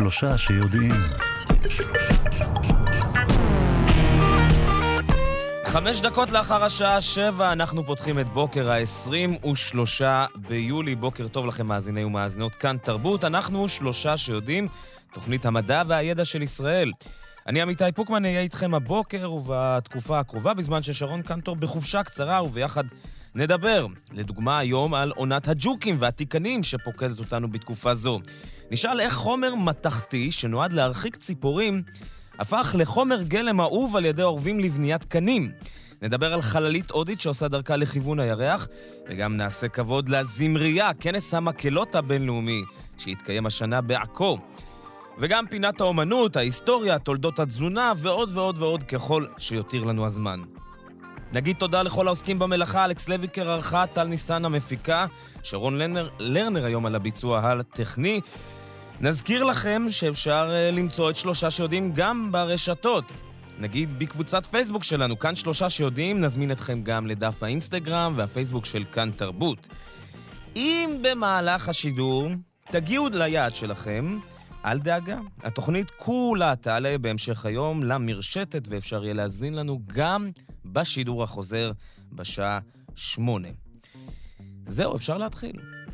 שלושה שיודעים. 5 דקות לאחר השעה 7 אנחנו פותחים את בוקר ה-23 ביולי. בוקר טוב לכם מאזיני ומאזינות כאן תרבות. אנחנו שלושה שיודעים, תוכנית המדע והידע של ישראל. אני עמיתי פוקמן, אהיה איתכם הבוקר ובתקופה הקרובה, בזמן ששרון קנטור בחופשה קצרה, וביחד נדבר, לדוגמה היום, על עונת הג'וקים והתיקנים שפוקדת אותנו בתקופה זו. נשאל איך חומר מתכתי שנועד להרחיק ציפורים הפך לחומר גלם אהוב על ידי עורבים לבניית קנים. נדבר על חללית הודית שעושה דרכה לכיוון הירח, וגם נעשה כבוד לזמריה, כנס המקהלות הבינלאומי שהתקיים השנה בעכו. וגם פינת האומנות, ההיסטוריה, תולדות התזונה ועוד ועוד ועוד ככל שיותיר לנו הזמן. נגיד תודה לכל העוסקים במלאכה, אלכס לויקר ערכה, טל ניסן המפיקה, שרון לרנר היום על הביצוע הטכני. נזכיר לכם שאפשר למצוא את שלושה שיודעים גם ברשתות. נגיד בקבוצת פייסבוק שלנו, כאן שלושה שיודעים, נזמין אתכם גם לדף האינסטגרם והפייסבוק של כאן תרבות. אם במהלך השידור תגיעו ליעד שלכם, אל דאגה. התוכנית כולה תעלה בהמשך היום למרשתת, ואפשר יהיה להזין לנו גם בשידור החוזר בשעה 8. זהו, אפשר להתחיל.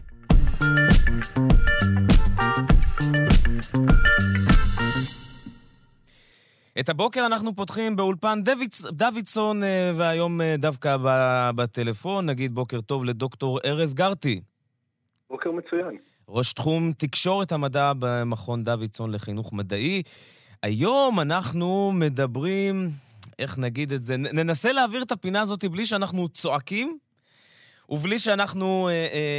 את הבוקר אנחנו פותחים באולפן דוידסון, והיום דווקא בטלפון. נגיד בוקר טוב לדוקטור ארז גרטי. בוקר מצוין. ראש תחום תקשורת המדע במכון דוידסון לחינוך מדעי. היום אנחנו מדברים, איך נגיד את זה, ננסה להעביר את הפינה הזאת בלי שאנחנו צועקים, ובלי שאנחנו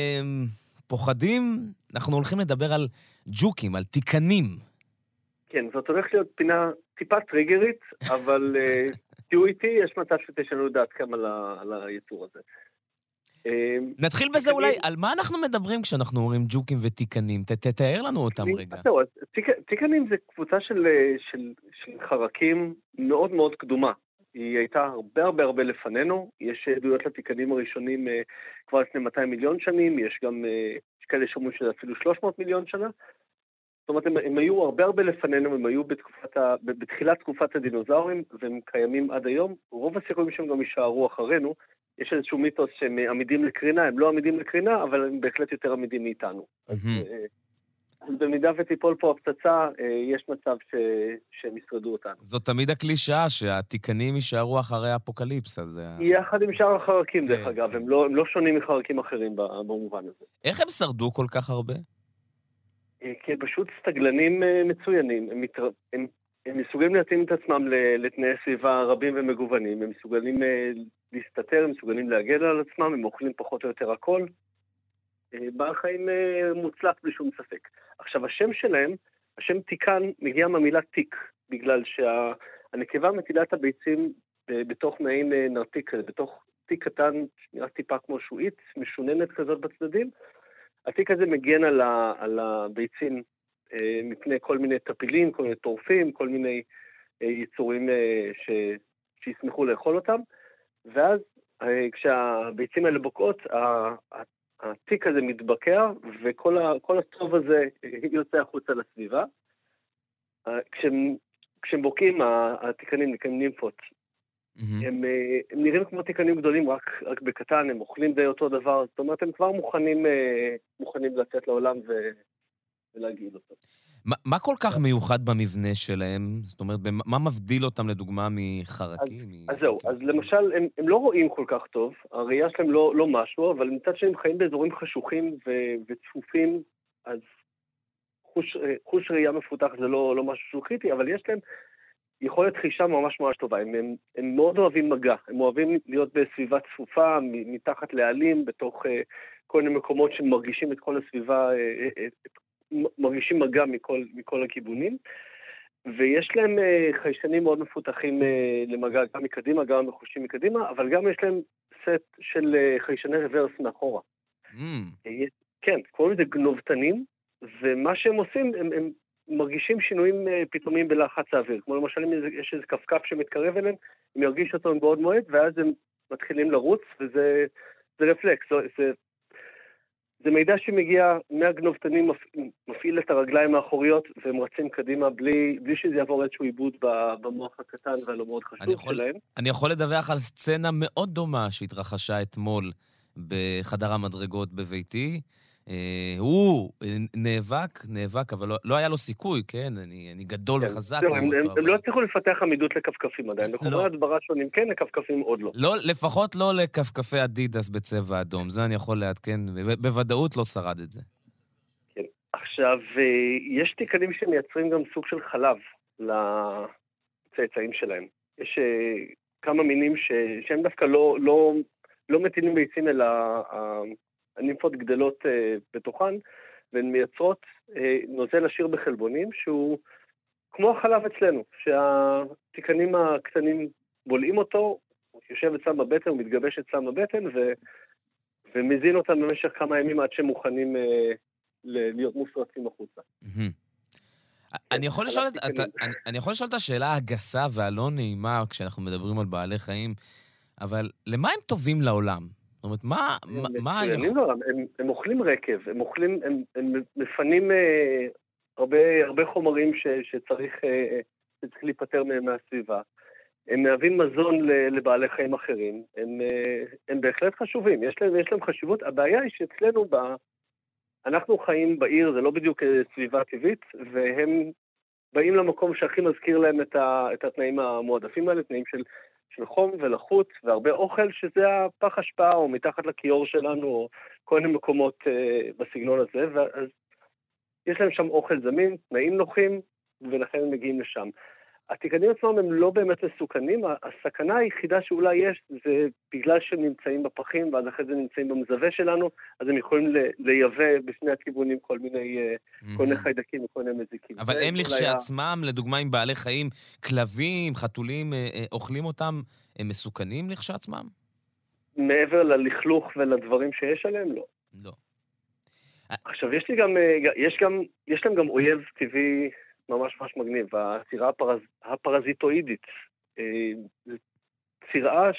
פוחדים. אנחנו הולכים לדבר על ג'וקים, על תיקנים. כן, זאת הולכת להיות פינה טיפה טריגרית, אבל תהיו איתי, יש מצב שתשנו דעת כמה על היצור הזה. נתחיל בזה אולי, על מה אנחנו מדברים כשאנחנו אומרים ג'וקים ותיקנים? תתאר לנו אותם רגע. תיקנים זה קבוצה של חרקים מאוד מאוד קדומה. היא הייתה הרבה לפנינו. יש עדויות לתיקנים הראשונים כבר לפני 200 מיליון שנים, יש גם כאלה שאומרים שזה אפילו 300 מיליון שנה. זאת אומרת, הם היו הרבה לפנינו, הם היו בתחילת תקופת הדינוזאורים, והם קיימים עד היום. רוב הסיכויים שהם גם יישארו אחרינו. יש איזשהו מיתוס שהם עמידים לקרינה, הם לא עמידים לקרינה, אבל הם בהחלט יותר עמידים מאיתנו. אז במידה ותיפול פה הפצצה, יש מצב שהם ישרדו אותנו. זאת תמיד הקלישאה שהתיקנים יישארו אחרי האפוקליפס. יחד עם שאר החרקים, דרך אגב, הם לא שונים מחרקים אחרים במובן הזה. איך הם שרדו כל כך הרבה? כי הם פשוט סטגלנים מצוינים. הם מסוגלים להתאים את עצמם לתנאי סביבה רבים ומגוונים, הם מסוגלים להסתתר, הם מסוגלים להגן על עצמם, הם אוכלים פחות או יותר הכל. בעל חיים מוצלח בלי שום ספק. עכשיו, השם שלהם, השם תיקן, מגיע מהמילה תיק, בגלל שהנקבה מטילה את הביצים בתוך מעין נרתיק, בתוך תיק קטן, נראה טיפה כמו שועית, משוננת כזאת בצדדים. התיק הזה מגן על הביצים מפני כל מיני טפילים, כל מיני טורפים, כל מיני יצורים שישמחו לאכול אותם. ואז כשהביצים האלה בוקעות, התיק הזה מתבקע, וכל הטוב הזה יוצא החוצה לסביבה. כשהם בוקעים, התיקנים נקראים נימפות. הם נראים כמו תיקנים גדולים, רק בקטן, הם אוכלים די אותו דבר. זאת אומרת, הם כבר מוכנים לצאת לעולם ולהגיד אותו. מה כל כך מיוחד במבנה שלהם? זאת אומרת, מה מבדיל אותם לדוגמה מחרקים? אז זהו, אז למשל, הם לא רואים כל כך טוב, הראייה שלהם לא משהו, אבל מצד שהם חיים באזורים חשוכים וצפופים, אז חוש ראייה מפותח זה לא משהו שהוא קריטי, אבל יש להם יכולת חישה ממש טובה. הם מאוד אוהבים מגע, הם אוהבים להיות בסביבה צפופה, מתחת לעלים, בתוך כל מיני מקומות שמרגישים את כל הסביבה, מרגישים מגע מכל הכיוונים, ויש להם חיישנים מאוד מפותחים למגע גם מקדימה, גם מחושים מקדימה, אבל גם יש להם סט של חיישני רוורס מאחורה. כן, קוראים לזה גנובתנים, ומה שהם עושים, הם מרגישים שינויים פתאומיים בלחץ האוויר, כמו למשל אם יש איזה כפכף שמתקרב אליהם, הם ירגיש אותו מבעוד מועד, ואז הם מתחילים לרוץ, וזה רפלקס, זה זה מידע שמגיע מהגנובתנים, מפעיל את הרגליים האחוריות, והם רצים קדימה בלי שזה יעבור איזשהו עיבוד במוח הקטן והלא מאוד חשוב שלהם. אני יכול לדווח על סצנה מאוד דומה שהתרחשה אתמול בחדר המדרגות בביתי. הוא נאבק, אבל לא היה לו סיכוי, כן? אני גדול וחזק. הם לא הצליחו לפתח עמידות לכפכפים עדיין. לחומרי הדברה שונים, כן, לכפכפים עוד לא. לפחות לא לכפכפי אדידס בצבע אדום. זה אני יכול לעדכן, בוודאות לא שרד את זה. כן. עכשיו, יש תיקנים שמייצרים גם סוג של חלב לצאצאים שלהם. יש כמה מינים שהם דווקא לא מטילים ביצים, אלא הנימפות גדלות בתוכן, והן מייצרות נוזל עשיר בחלבונים, שהוא כמו החלב אצלנו, שהתיקנים הקטנים בולעים אותו, הוא יושב אצלם בבטן, הוא מתגבש אצלם בבטן, ומזין אותם במשך כמה ימים עד שהם מוכנים להיות מופרצים החוצה. אני יכול לשאול את השאלה הגסה והלא נעימה כשאנחנו מדברים על בעלי חיים, אבל למה הם טובים לעולם? זאת אומרת, מה הם אוכלים רקב, הם מפנים הרבה חומרים שצריך להיפטר מהם מהסביבה. הם מהווים מזון לבעלי חיים אחרים. הם בהחלט חשובים, יש להם חשיבות. הבעיה היא שאצלנו אנחנו חיים בעיר, זה לא בדיוק סביבה טבעית, והם באים למקום שהכי מזכיר להם את התנאים המועדפים האלה, תנאים של חום ולחות, והרבה אוכל, שזה הפח השפעה, או מתחת לכיור שלנו, או כל מיני מקומות בסגנון הזה, ואז יש להם שם אוכל זמין, תנאים נוחים, ולכן הם מגיעים לשם. התיקנים עצמם הם לא באמת מסוכנים, הסכנה היחידה שאולי יש, זה בגלל שהם נמצאים בפחים, ואז אחרי זה נמצאים במזווה שלנו, אז הם יכולים לייבא בפני הכיוונים כל מיני חיידקים וכל מיני מזיקים. אבל הם לכשעצמם, לדוגמה עם בעלי חיים, כלבים, חתולים, אוכלים אותם, הם מסוכנים לכשעצמם? מעבר ללכלוך ולדברים שיש עליהם, לא. לא. עכשיו, יש להם גם אויב טבעי ממש מגניב, הצירה הפרזיטואידית. צירה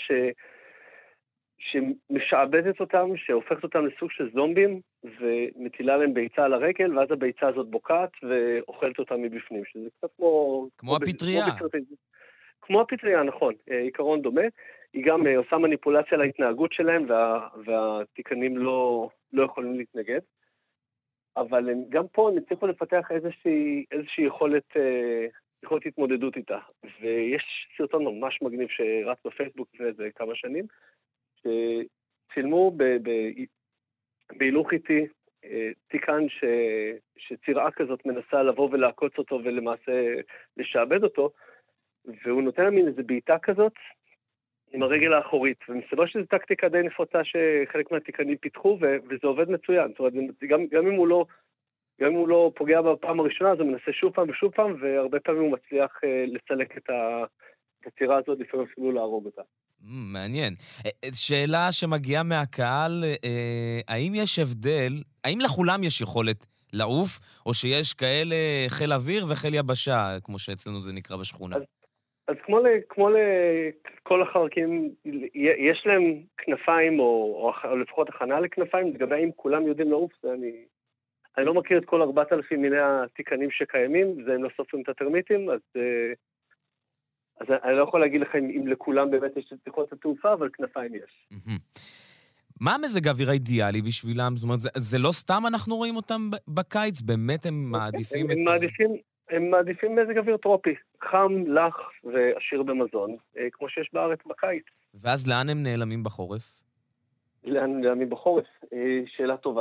שמשעבדת אותם, שהופכת אותם לסוג של זומבים, ומטילה להם ביצה על הרגל, ואז הביצה הזאת בוקעת ואוכלת אותם מבפנים, שזה קצת כמו הפטריה. כמו הפטריה, נכון, עיקרון דומה. היא גם עושה מניפולציה להתנהגות שלהם, והתיקנים לא יכולים להתנגד. אבל גם פה הם הצליחו לפתח איזושהי יכולת התמודדות איתה. ויש סרטון ממש מגניב שרץ בפייסבוק לפני כמה שנים, שצילמו בהילוך איטי תיקן שצירה כזאת מנסה לבוא ולעקוץ אותו ולמעשה לשעבד אותו, והוא נותן מין איזו בעיטה כזאת עם הרגל האחורית, ומסתבר שזו טקטיקה די נפוצה שחלק מהתיקנים פיתחו, וזה עובד מצוין. זאת אומרת, גם אם הוא לא פוגע בפעם הראשונה, אז הוא מנסה שוב פעם, והרבה פעמים הוא מצליח לסלק את הצירה הזאת, לפעמים אפילו להרוג אותה. מעניין. שאלה שמגיעה מהקהל, האם יש הבדל, האם לכולם יש יכולת לעוף, או שיש כאלה חיל אוויר וחיל יבשה, כמו שאצלנו זה נקרא בשכונה? אז כמו לכל החרקים, יש להם כנפיים, או לפחות הכנה לכנפיים, לגבי אם כולם יודעים לעוף, אני לא מכיר את כל 4,000 מיני התיקנים שקיימים, זה הם לא סופרים את הטרמיטים, אז אני לא יכול להגיד לכם אם לכולם באמת יש את יכולת התעופה, אבל כנפיים יש. מה המזג האוויר האידיאלי בשבילם? זאת אומרת, זה לא סתם אנחנו רואים אותם בקיץ, באמת הם מעדיפים הם מעדיפים מזג אוויר טרופי, חם, לח ועשיר במזון, כמו שיש בארץ בקיץ. ואז לאן הם נעלמים בחורף? לאן הם נעלמים בחורף? שאלה טובה.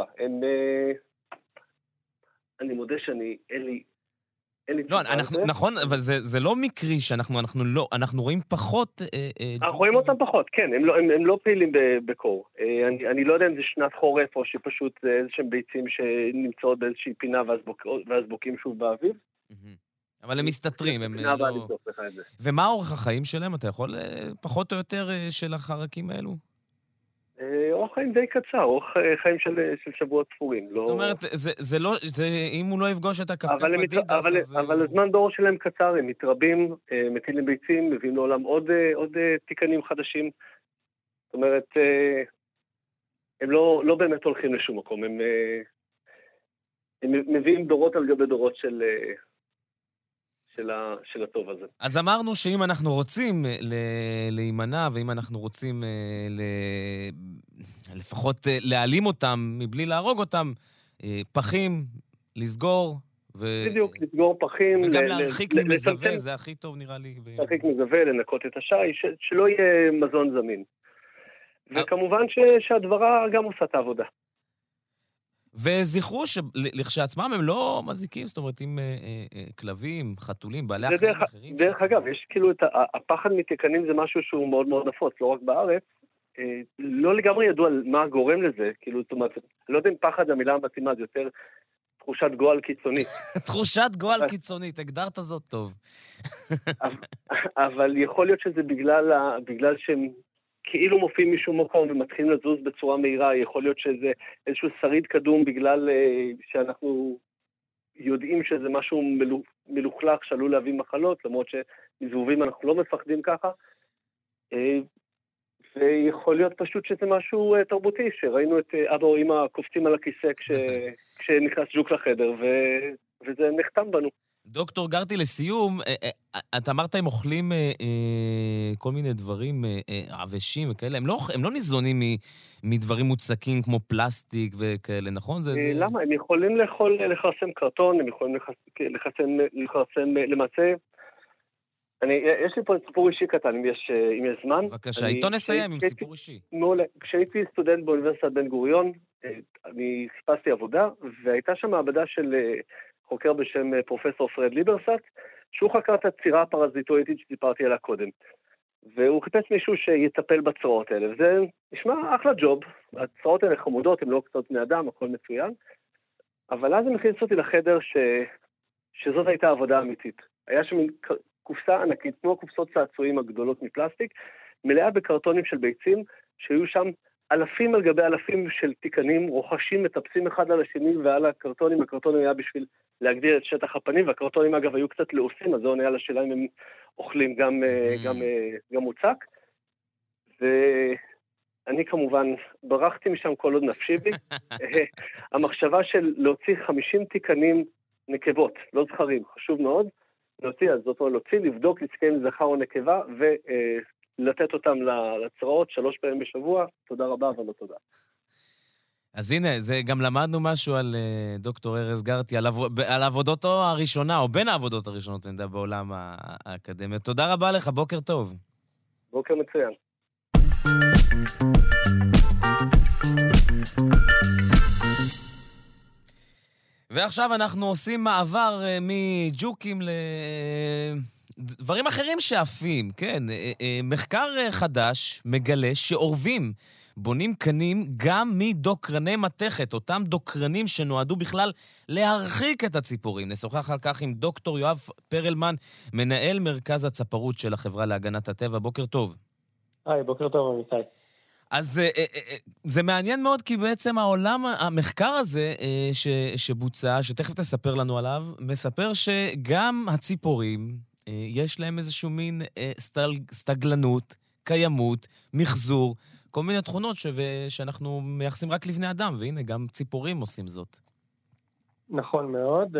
אני מודה אין לי לא, נכון, אבל זה לא מקרי שאנחנו רואים פחות... אנחנו רואים אותם פחות, כן, הם לא פעילים בקור. אני לא יודע אם זה שנת חורף, או שפשוט זה איזשהם ביצים שנמצאות באיזושהי פינה, ואז בוקעים שוב באביב. אבל הם מסתתרים, הם לא... ומה אורך החיים שלהם? אתה יכול פחות או יותר של החרקים האלו? אורח חיים די קצר, אורח חיים של שבועות ספורים. זאת אומרת, אם הוא לא יפגוש את הכפכף אדידס... אבל הזמן דור שלהם קצר, הם מתרבים, מטילים ביצים, מביאים לעולם עוד תיקנים חדשים. זאת אומרת, הם לא באמת הולכים לשום מקום, הם מביאים דורות על גבי דורות של הטוב הזה. אז אמרנו שאם אנחנו רוצים להימנע, ואם אנחנו רוצים לפחות להעלים אותם מבלי להרוג אותם, פחים, לסגור, בדיוק, לסגור פחים, וגם להרחיק ממזווה, זה הכי טוב נראה לי. להרחיק מזווה, לנקות את השי, שלא יהיה מזון זמין. וכמובן שהדברה גם עושה את העבודה. וזכרו שלכשעצמם הם לא מזיקים, זאת אומרת, עם כלבים, חתולים, בעלי החיים אחרים. דרך אגב, יש כאילו הפחד מתיקנים זה משהו שהוא מאוד מאוד נפוץ, לא רק בארץ. לא לגמרי ידוע על מה גורם לזה, כאילו, זאת אומרת, לא יודע אם פחד המילה המתאימה, זה יותר תחושת גועל קיצונית. תחושת גועל קיצונית, הגדרת זאת טוב. אבל יכול להיות שזה בגלל שהם כאילו מופיעים משום מקום ומתחילים לזוז בצורה מהירה, יכול להיות שזה איזשהו שריד קדום בגלל שאנחנו יודעים שזה משהו מלוכלך שעלול להביא מחלות, למרות שמזבובים אנחנו לא מפחדים ככה. ויכול להיות פשוט שזה משהו תרבותי, שראינו את אבא או אמא קופצים על הכיסא כשנכנס ג'וק לחדר, וזה נחתם בנו. דוקטור גרטי, לסיום, אתה אמרת הם אוכלים כל מיני דברים עבשים וכאלה, הם לא ניזונים מדברים מוצקים כמו פלסטיק וכאלה, נכון? למה? הם יכולים לחרסם קרטון, הם יכולים לחרסם למעשה. יש לי פה סיפור אישי קטן, אם יש זמן. בבקשה, איתו נסיים עם סיפור אישי. מעולה. כשהייתי סטודנט באוניברסיטת בן גוריון, אני חיפשתי עבודה, והייתה שם מעבדה של חוקר בשם פרופסור פרד ליברסט, שהוא חקר את הצירה הפרזיטואיטית שסיפרתי עליה קודם. והוא חיפש מישהו שיטפל בצרעות האלה, וזה נשמע אחלה ג'וב. הצרעות האלה חמודות, הן לא קצת בני אדם, הכל מצוין. אבל אז הם הכניסו אותי לחדר שזאת הייתה עבודה אמיתית. היה שם קופסה ענקית, כמו קופסות צעצועים הגדולות מפלסטיק, מלאה בקרטונים של ביצים, שהיו שם אלפים על גבי אלפים של תיקנים, רוחשים, מטפסים אחד על השני ועל הקרטונים. הקרטונים היה בשביל להגדיר את שטח הפנים, והקרטונים אגב היו קצת לעוסים, אז זה עונה על השאלה אם הם אוכלים גם מוצק. ואני כמובן ברחתי משם כל עוד נפשי בי. המחשבה של להוציא 50 תיקנים נקבות, לא זכרים, חשוב מאוד, להוציא, לבדוק, לסכם זכר או נקבה, ולתת אותם לצרעות 3 פעמים בשבוע. תודה רבה, אבל לא תודה. אז הנה, גם למדנו משהו על דוקטור ארז גרטי, על עבודתו הראשונה, או בין העבודות הראשונות, אני יודע, בעולם האקדמיה. תודה רבה לך, בוקר טוב. בוקר מצוין. ועכשיו אנחנו עושים מעבר מג'וקים לדברים אחרים שאפים, כן. מחקר חדש מגלה שעורבים בונים קנים גם מדוקרני מתכת, אותם דוקרנים שנועדו בכלל להרחיק את הציפורים. נשוחח על כך עם דוקטור יואב פרלמן, מנהל מרכז הצפרות של החברה להגנת הטבע. בוקר טוב. היי, בוקר טוב, אמיתי. אז זה מעניין מאוד, כי בעצם המחקר הזה שבוצע, שתכף תספר לנו עליו, מספר שגם הציפורים, יש להם איזשהו מין סטגלנות, קיימות, מחזור, כל מיני תכונות שאנחנו מייחסים רק לבני אדם, והנה, גם ציפורים עושים זאת. נכון מאוד.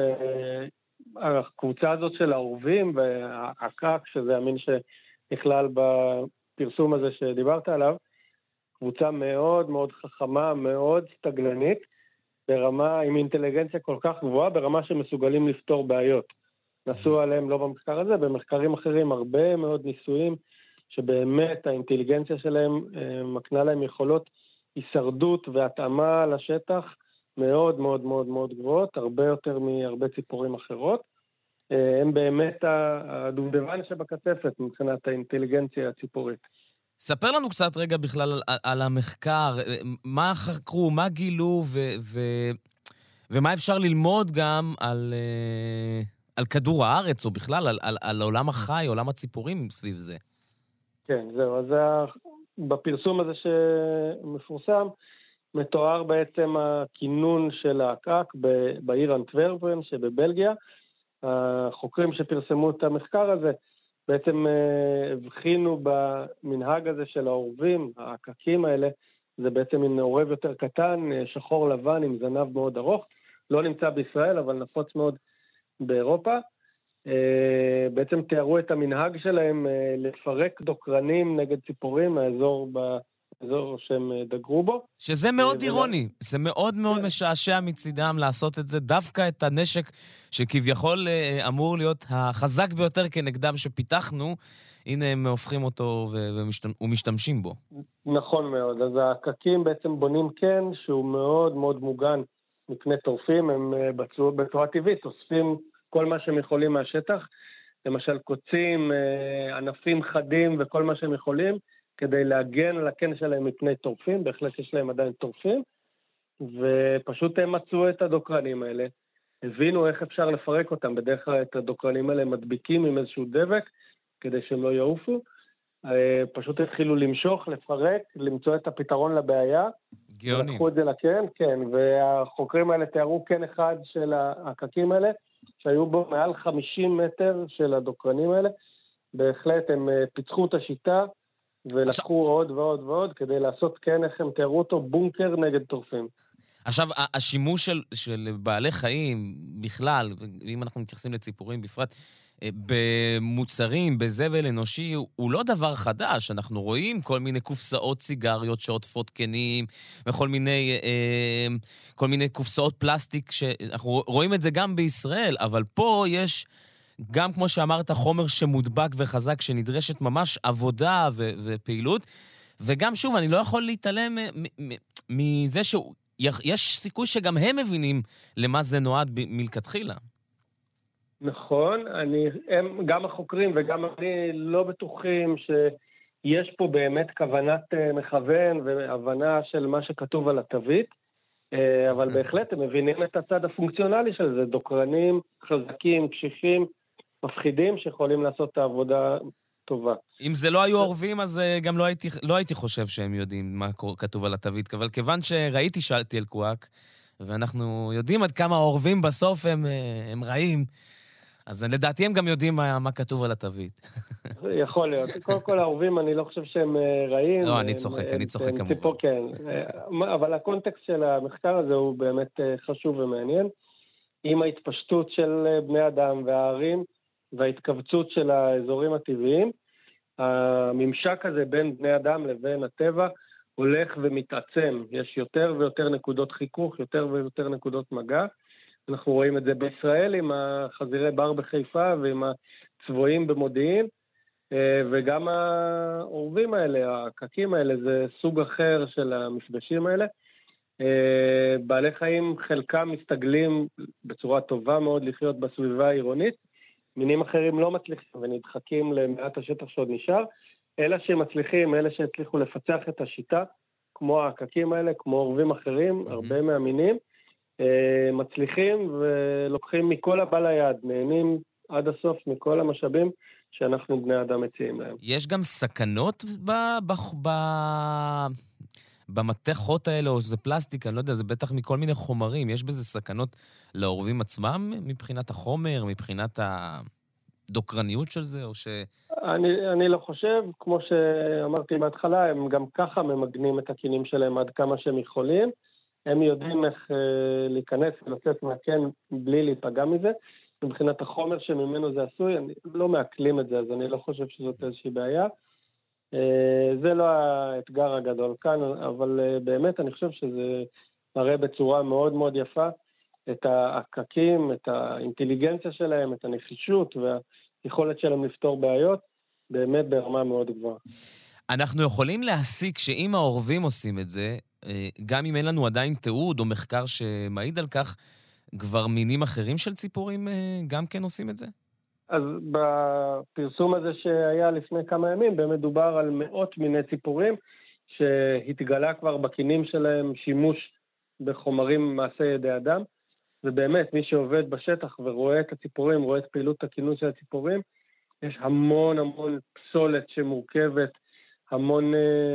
הקבוצה הזאת של העורבים והעקק, שזה המין שנכלל בפרסום הזה שדיברת עליו, קבוצה מאוד מאוד חכמה, מאוד סטגלנית, ברמה עם אינטליגנציה כל כך גבוהה, ברמה שמסוגלים לפתור בעיות. נסו עליהם לא במחקר הזה, במחקרים אחרים הרבה מאוד ניסויים, שבאמת האינטליגנציה שלהם מקנה להם יכולות הישרדות והתאמה לשטח מאוד מאוד מאוד מאוד גבוהות, הרבה יותר מהרבה ציפורים אחרות. הם באמת הדובדבן שבקצפת מבחינת האינטליגנציה הציפורית. ספר לנו קצת רגע בכלל על המחקר, מה חקרו, מה גילו ומה אפשר ללמוד גם על כדור הארץ, או בכלל על עולם החי, עולם הציפורים סביב זה. כן, זהו. אז בפרסום הזה שמפורסם, מתואר בעצם הכינון של העקק בעיר אנטוורפן שבבלגיה. החוקרים שפרסמו את המחקר הזה בעצם הבחינו במנהג הזה של העורבים, העקקים האלה, זה בעצם מין עורב יותר קטן, שחור לבן עם זנב מאוד ארוך, לא נמצא בישראל, אבל נפוץ מאוד באירופה. בעצם תיארו את המנהג שלהם לפרק דוקרנים נגד ציפורים מהאזור שהם דגרו בו. שזה מאוד אירוני, זה מאוד מאוד משעשע מצידם לעשות את זה, דווקא את הנשק שכביכול אמור להיות החזק ביותר כנגדם שפיתחנו, הנה הם הופכים אותו ומשתמשים בו. נכון מאוד, אז הקקים בעצם בונים קן שהוא מאוד מאוד מוגן מפני טורפים, הם בצורה טבעית אוספים כל מה שהם יכולים מהשטח, למשל קוצים, ענפים חדים וכל מה שהם יכולים, כדי להגן על הקן שלהם מפני טורפים, בהחלט יש להם עדיין טורפים, ופשוט הם מצאו את הדוקרנים האלה, הבינו איך אפשר לפרק אותם, בדרך כלל את הדוקרנים האלה מדביקים עם איזשהו דבק, כדי שהם לא יעופו, פשוט התחילו למשוך, לפרק, למצוא את הפתרון לבעיה, גאונים. ולקחו את זה לקן, כן, והחוקרים האלה תיארו קן אחד של הקקים האלה, שהיו בו מעל 50 מטר של הדוקרנים האלה, בהחלט הם פיצחו את השיטה, ולקחו עוד ועוד ועוד, כדי לעשות כן, איך הם תיארו אותו, בונקר נגד טורפים. עכשיו, השימוש של בעלי חיים בכלל, אם אנחנו מתייחסים לציפורים בפרט, במוצרים, בזבל אנושי, הוא לא דבר חדש. אנחנו רואים כל מיני קופסאות סיגריות שעוטפות קנים, וכל מיני קופסאות פלסטיק, אנחנו רואים את זה גם בישראל, אבל פה יש גם, כמו שאמרת, חומר שמודבק וחזק, שנדרשת ממש עבודה ופעילות, וגם שוב, אני לא יכול להתעלם מזה שיש סיכוי שגם הם מבינים למה זה נועד מלכתחילה. נכון, גם החוקרים וגם אני לא בטוחים שיש פה באמת כוונת מכוון והבנה של מה שכתוב על התווית, אבל בהחלט הם מבינים את הצד הפונקציונלי של זה, דוקרנים חזקים, קשיחים, מפחידים שיכולים לעשות את העבודה טובה. אם זה לא היו עורבים, אז גם לא הייתי חושב שהם יודעים מה כתוב על התווית, אבל כיוון שראיתי שאלתי על קוואק, ואנחנו יודעים עד כמה העורבים בסוף הם רעים, אז לדעתי הם גם יודעים מה כתוב על התווית. יכול להיות. קודם כל העורבים, אני לא חושב שהם רעים. לא, אני צוחק כמובן. כן. אבל הקונטקסט של המחקר הזה הוא באמת חשוב ומעניין. עם ההתפשטות של בני אדם והערים, וההתכווצות של האזורים הטבעיים, הממשק הזה בין בני אדם לבין הטבע הולך ומתעצם. יש יותר ויותר נקודות חיכוך, יותר ויותר נקודות מגע. אנחנו רואים את זה בישראל עם החזירי בר בחיפה ועם הצבועים במודיעין, וגם העורבים האלה, הקקים האלה, זה סוג אחר של המפגשים האלה. בעלי חיים חלקם מסתגלים בצורה טובה מאוד לחיות בסביבה העירונית, מינים אחרים לא מצליחים ונדחקים למעט השטח שעוד נשאר, אלה שמצליחים, אלה שהצליחו לפצח את השיטה, כמו הקקים האלה, כמו עורבים אחרים, הרבה מהמינים, מצליחים ולוקחים מכל הבא ליד, נהנים עד הסוף מכל המשאבים שאנחנו בני אדם מציעים להם. יש גם סכנות במתכות האלה, או שזה פלסטיק, אני לא יודע, זה בטח מכל מיני חומרים, יש בזה סכנות לעורבים עצמם מבחינת החומר, מבחינת הדוקרניות של זה, או ש... אני לא חושב, כמו שאמרתי בהתחלה, הם גם ככה ממגנים את הקינים שלהם עד כמה שהם יכולים, הם יודעים איך להיכנס ולצאת מהקן בלי להיפגע מזה, מבחינת החומר שממנו זה עשוי, אני לא מעכלים את זה, אז אני לא חושב שזאת איזושהי בעיה. זה לא האתגר הגדול כאן, אבל באמת אני חושב שזה מראה בצורה מאוד מאוד יפה את הקקים, את האינטליגנציה שלהם, את הנחישות והיכולת שלהם לפתור בעיות, באמת ברמה מאוד גבוהה. אנחנו יכולים להסיק שאם העורבים עושים את זה, גם אם אין לנו עדיין תיעוד או מחקר שמעיד על כך, כבר מינים אחרים של ציפורים גם כן עושים את זה? אז בפרסום הזה שהיה לפני כמה ימים, באמת דובר על מאות מיני ציפורים, שהתגלה כבר בקינים שלהם שימוש בחומרים מעשי ידי אדם, ובאמת מי שעובד בשטח ורואה את הציפורים, רואה את פעילות הכינוס של הציפורים, יש המון המון פסולת שמורכבת, המון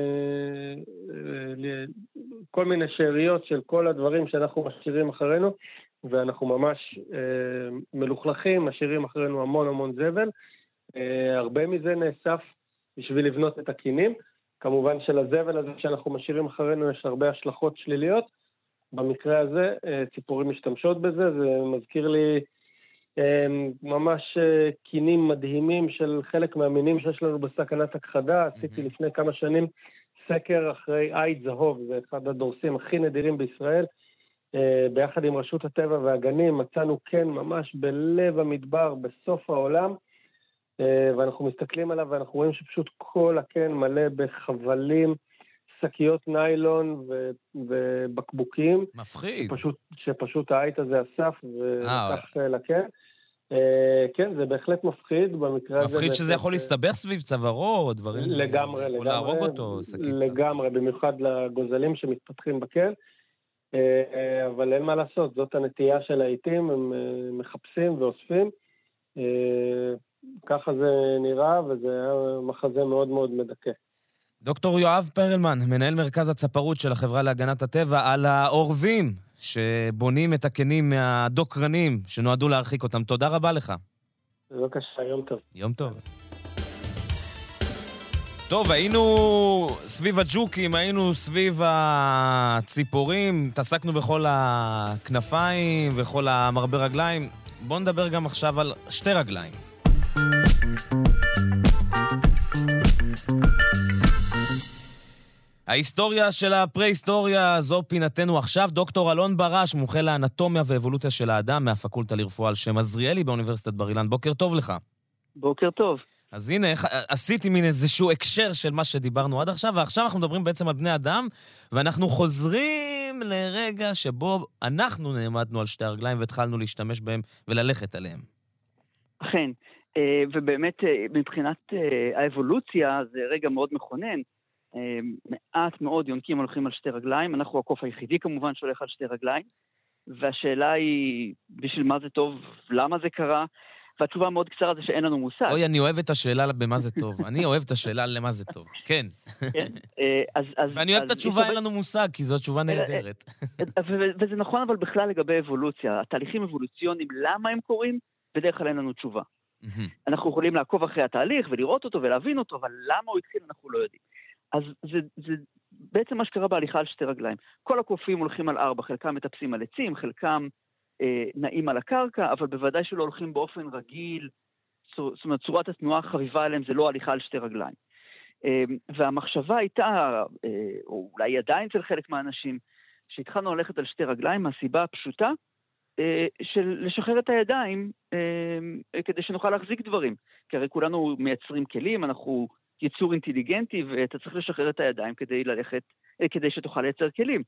כל מיני שאריות של כל הדברים שאנחנו משאירים אחרינו, ואנחנו ממש מלוכלכים, משאירים אחרינו המון המון זבל. הרבה מזה נאסף בשביל לבנות את הקינים. כמובן שלזבל הזה שאנחנו משאירים אחרינו יש הרבה השלכות שליליות. במקרה הזה ציפורים משתמשות בזה, זה מזכיר לי ממש קינים מדהימים של חלק מהמינים שיש לנו בסכנת הכחדה. עשיתי לפני כמה שנים סקר אחרי עית זהוב, זה אחד הדורסים הכי נדירים בישראל, ביחד עם רשות הטבע והגנים, מצאנו כן ממש בלב המדבר, בסוף העולם, ואנחנו מסתכלים עליו ואנחנו רואים שפשוט כל הקן מלא בחבלים, שקיות ניילון ובקבוקים. מפחיד. שפשוט העית הזה אסף ולקח לקן. כן, זה בהחלט מפחיד. במקרה הזה... מפחיד שזה יכול להסתבך סביב צווארו, דברים... לגמרי. יכול להרוג אותו. לגמרי, במיוחד לגוזלים שמתפתחים בקן. אבל אין מה לעשות, זאת הנטייה של העיתים, הם מחפשים ואוספים. ככה זה נראה, וזה היה מחזה מאוד מאוד מדכא. דוקטור יואב פרלמן, מנהל מרכז הצפרות של החברה להגנת הטבע, על העורבים שבונים את הקנים מהדוקרנים שנועדו להרחיק אותם. תודה רבה לך. בבקשה, יום טוב. יום טוב. טוב, היינו סביב הג'וקים, היינו סביב הציפורים, התעסקנו בכל הכנפיים וכל המרבה רגליים. בואו נדבר גם עכשיו על שתי רגליים. ההיסטוריה של הפרה-היסטוריה, זו פינתנו עכשיו. דוקטור אלון ברש, מומחה לאנטומיה ואבולוציה של האדם מהפקולטה לרפואה על שם עזריאלי באוניברסיטת בר אילן. בוקר טוב לך. בוקר טוב. אז הנה, עשיתי מין איזשהו הקשר של מה שדיברנו עד עכשיו, ועכשיו אנחנו מדברים בעצם על בני אדם, ואנחנו חוזרים לרגע שבו אנחנו נעמדנו על שתי הרגליים והתחלנו להשתמש בהם וללכת עליהם. אכן, ובאמת מבחינת האבולוציה זה רגע מאוד מכונן. מעט מאוד יונקים הולכים על שתי רגליים, אנחנו הקוף היחידי כמובן שהולך על שתי רגליים, והשאלה היא בשביל מה זה טוב, למה זה קרה, והתשובה מאוד קצרה זה שאין לנו מושג. אוי, אני אוהב את השאלה במה זה טוב. אני אוהב את השאלה למה זה טוב. כן. ואני אוהב את התשובה אין לנו מושג, כי זו תשובה נהדרת. וזה נכון אבל בכלל לגבי אבולוציה. התהליכים אבולוציוניים, למה הם קורים? בדרך כלל אין לנו תשובה. אנחנו יכולים לעקוב אחרי התהליך ולראות אותו ולהבין אותו, אבל למה הוא התחיל אנחנו לא יודעים. אז זה בעצם מה שקרה בהליכה על שתי רגליים. כל הקופים הולכים על 4, חלקם מטפסים על עצים, חלקם נעים על הקרקע, אבל בוודאי שלא הולכים באופן רגיל, זאת אומרת, צורת התנועה החביבה עליהם זה לא הליכה על שתי רגליים. והמחשבה הייתה, או אולי עדיין אצל חלק מהאנשים, שהתחלנו ללכת על שתי רגליים, מהסיבה הפשוטה, של לשחרר את הידיים, כדי שנוכל להחזיק דברים. כי הרי כולנו מייצרים כלים, אנחנו יצור אינטליגנטי, ואתה צריך לשחרר את הידיים כדי ללכת, כדי שתוכל לייצר כלים.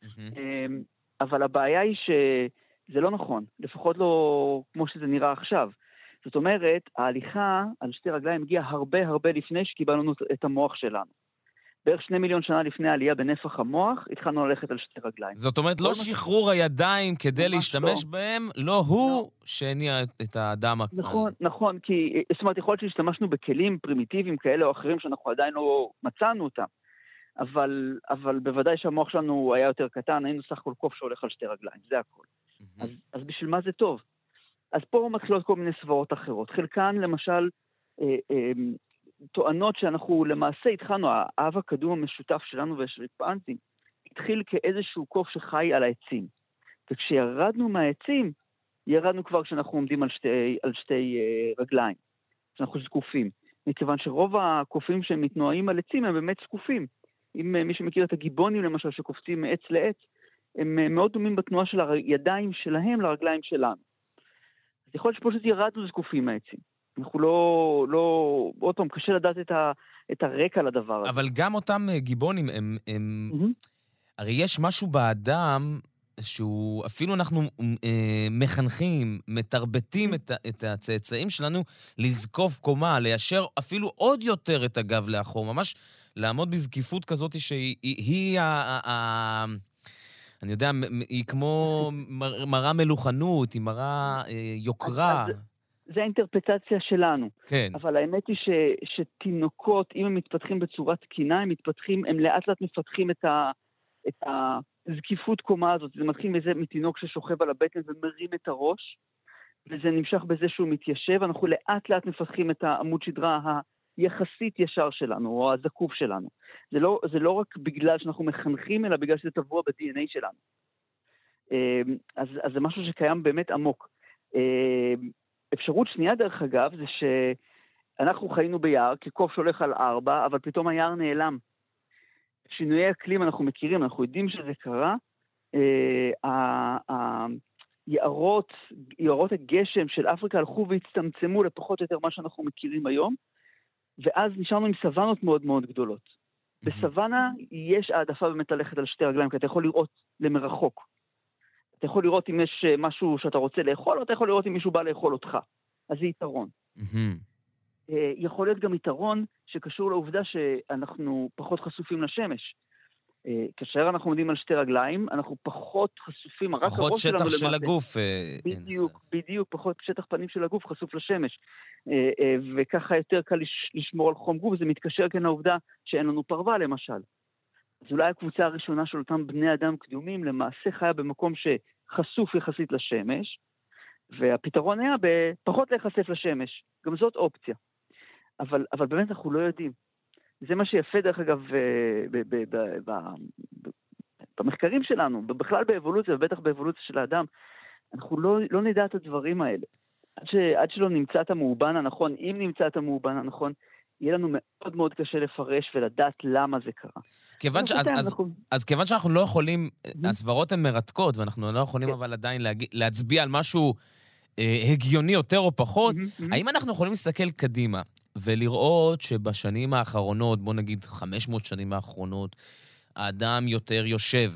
אבל הבעיה היא שזה לא נכון, לפחות לא כמו שזה נראה עכשיו. זאת אומרת, ההליכה על שתי רגליים הגיעה הרבה הרבה לפני שקיבלנו את המוח שלנו. בערך 2 מיליון שנה לפני העלייה בנפח המוח, התחלנו ללכת על שתי רגליים. זאת אומרת, לא שחרור הידיים כדי להשתמש בהם, לא הוא שהניע את האדם. נכון, כי זאת אומרת, יכול להיות שהשתמשנו בכלים פרימיטיביים כאלה או אחרים שאנחנו עדיין לא מצאנו אותם, אבל בוודאי שהמוח שלנו היה יותר קטן, היינו סך כל קוף שהולך על שתי רגליים, זה הכל. אז בשביל מה זה טוב? אז פה מתחילות כל מיני סברות אחרות. חלקן, למשל, טוענות שאנחנו למעשה התחלנו, האב הקדום המשותף שלנו והשרימפנזים, התחיל כאיזשהו קוף שחי על העצים. וכשירדנו מהעצים, ירדנו כבר כשאנחנו עומדים על שתי רגליים. שאנחנו זקופים. מכיוון שרוב הקופים שהם מתנועים על עצים הם באמת זקופים. אם מי שמכיר את הגיבונים למשל שקופצים מעץ לעץ, הם מאוד דומים בתנועה של הידיים שלהם לרגליים שלנו. אז יכול להיות שפשוט ירדנו זקופים מהעצים. אנחנו לא, עוד פעם, קשה לדעת את הרקע לדבר הזה. אבל גם אותם גיבונים, הרי יש משהו באדם שהוא, אפילו אנחנו מחנכים, מתרבטים את הצאצאים שלנו לזקוף קומה, ליישר אפילו עוד יותר את הגב לאחור, ממש לעמוד בזקיפות כזאת שהיא אני יודע, היא כמו מראה מלוכנות, היא מראה יוקרה. זה האינטרפטציה שלנו. כן. אבל האמת היא שתינוקות, אם הם מתפתחים בצורה תקינה, הם לאט לאט מפתחים את הזקיפות קומה הזאת. זה מתחיל מתינוק ששוכב על הבטן ומרים את הראש, וזה נמשך בזה שהוא מתיישב. אנחנו לאט לאט מפתחים את העמוד שדרה יחסית ישר שלנו, או הזקוף שלנו. זה לא רק בגלל שאנחנו מחנכים, אלא בגלל שזה טבוע ב-DNA שלנו. אז זה משהו שקיים באמת עמוק. אפשרות שנייה דרך אגב, זה שאנחנו חיינו ביער, כקוף שהולך על 4, אבל פתאום היער נעלם. שינויי אקלים אנחנו מכירים, אנחנו יודעים שזה קרה. יערות הגשם של אפריקה הלכו והצטמצמו לפחות או יותר מה שאנחנו מכירים היום, ואז נשארנו עם סוונות מאוד מאוד גדולות. בסוונה יש העדפה באמת ללכת על שתי רגליים, כי אתה יכול לראות למרחוק. אתה יכול לראות אם יש משהו שאתה רוצה לאכול, או אתה יכול לראות אם מישהו בא לאכול אותך. אז זה יתרון. יכול להיות גם יתרון שקשור לעובדה שאנחנו פחות חשופים לשמש. כאשר אנחנו עומדים על שתי רגליים, אנחנו פחות חשופים, רק פחות שטח של הגוף. בדיוק, פחות שטח פנים של הגוף חשוף לשמש. וככה יותר קל לשמור על חום גוף, זה מתקשר כאן לעובדה שאין לנו פרווה למשל. אז אולי הקבוצה הראשונה של אותם בני אדם קדומים למעשה חיה במקום שחשוף יחסית לשמש, והפתרון היה בפחות להיחשף לשמש. גם זאת אופציה. אבל באמת אנחנו לא יודעים. זה מה שיפה דרך אגב במחקרים שלנו, בכלל באבולוציה, ובטח באבולוציה של האדם, אנחנו לא נדע את הדברים האלה. עד שלא נמצא את המאובן הנכון, אם נמצא את המאובן הנכון, יהיה לנו מאוד מאוד קשה לפרש ולדעת למה זה קרה. אז כיוון שאנחנו לא יכולים, הסברות הן מרתקות, ואנחנו לא יכולים אבל עדיין להצביע על משהו הגיוני יותר או פחות, האם אנחנו יכולים להסתכל קדימה ולראות שבשנים האחרונות, בוא נגיד 500 שנים האחרונות, האדם יותר יושב.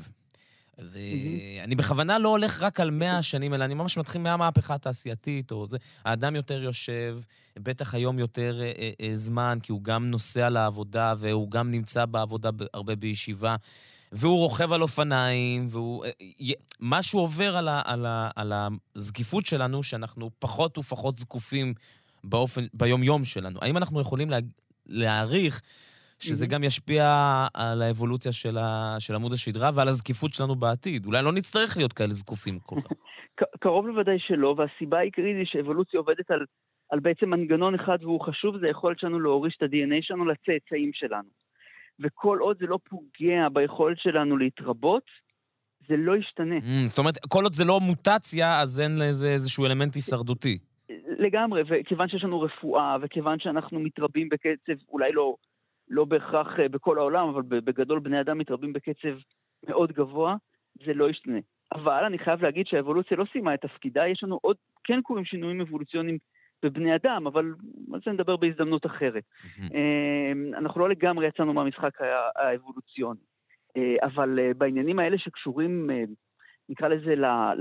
ואני בכוונה לא הולך רק על 100 שנים, אלא אני ממש מתחיל מהמהפכה התעשייתית, או זה. האדם יותר יושב, בטח היום יותר זמן, כי הוא גם נוסע לעבודה, והוא גם נמצא בעבודה הרבה בישיבה, והוא רוכב על אופניים, משהו עובר על הזקיפות שלנו, שאנחנו פחות ופחות זקופים ביום-יום שלנו. האם אנחנו יכולים להעריך שזה גם ישפיע על האבולוציה של עמוד השדרה ועל הזקיפות שלנו בעתיד? אולי לא נצטרך להיות כאלה זקופים כל כך. קרוב לוודאי שלא, והסיבה העיקרית היא שאבולוציה עובדת על בעצם מנגנון אחד והוא חשוב, זה יכולת שלנו להוריש את ה-DNA שלנו לצאצאים שלנו. וכל עוד זה לא פוגע ביכולת שלנו להתרבות, זה לא ישתנה. זאת אומרת, כל עוד זה לא מוטציה, אז אין לזה איזשהו אלמנט הישרדותי. לגמרי, וכיוון שיש לנו רפואה, וכיוון שאנחנו מתרבים בקצב, אולי לא בהכרח בכל העולם, אבל בגדול בני אדם מתרבים בקצב מאוד גבוה, זה לא ישתנה. אבל אני חייב להגיד שהאבולוציה לא סיימה את תפקידה, יש לנו עוד, כן קוראים שינויים אבולוציוניים בבני אדם, אבל על זה נדבר בהזדמנות אחרת. אנחנו לא לגמרי יצאנו מהמשחק האבולוציוני, אבל בעניינים האלה שקשורים, נקרא לזה,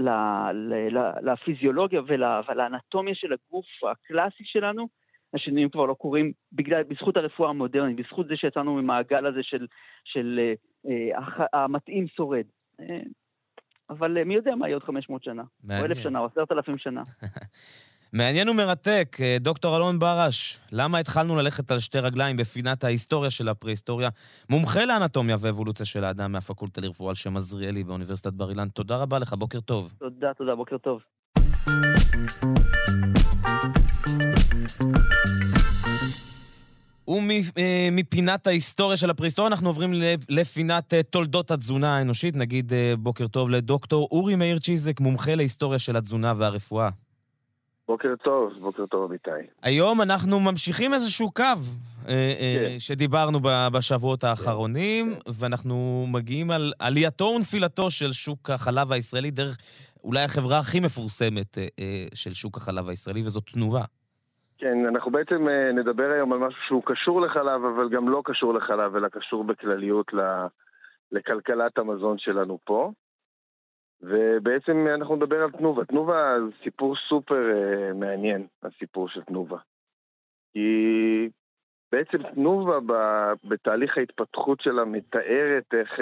לפיזיולוגיה ולאנטומיה של הגוף הקלאסי שלנו, השינויים כבר לא קורים בזכות הרפואה המודרנית, בזכות זה שיצאנו ממעגל הזה של המתאים שורד. אבל מי יודע מה יהיה עוד 500 שנה, או 1,000 שנה, או 10,000 שנה. מעניין ומרתק. דוקטור אלון ברש, למה התחלנו ללכת על שתי רגליים בפינת ההיסטוריה של הפרה-היסטוריה? מומחה לאנטומיה ואבולוציה של האדם מהפקולטה לרפואה על שם עזריאלי באוניברסיטת בר אילן. תודה רבה לך, בוקר טוב. תודה, בוקר טוב. ומפינת ההיסטוריה של הפרה-היסטוריה אנחנו עוברים לפינת תולדות התזונה האנושית. נגיד בוקר טוב לדוקטור אורי מאיר צ'יזק, מומחה להיסטוריה של התזונה והרפואה. בוקר טוב אמיתי. היום אנחנו ממשיכים איזשהו קו שדיברנו בשבועות האחרונים, ואנחנו מגיעים על עלייתו ונפילתו של שוק החלב הישראלי, דרך אולי החברה הכי מפורסמת של שוק החלב הישראלי, וזאת תנובה. כן, אנחנו בעצם נדבר היום על משהו שהוא קשור לחלב, אבל גם לא קשור לחלב, אלא קשור בכלליות לכלכלת המזון שלנו פה. ובעצם אנחנו נדבר על תנובה. תנובה זה סיפור סופר מעניין, הסיפור של תנובה. כי בעצם תנובה בתהליך ההתפתחות שלה מתארת איך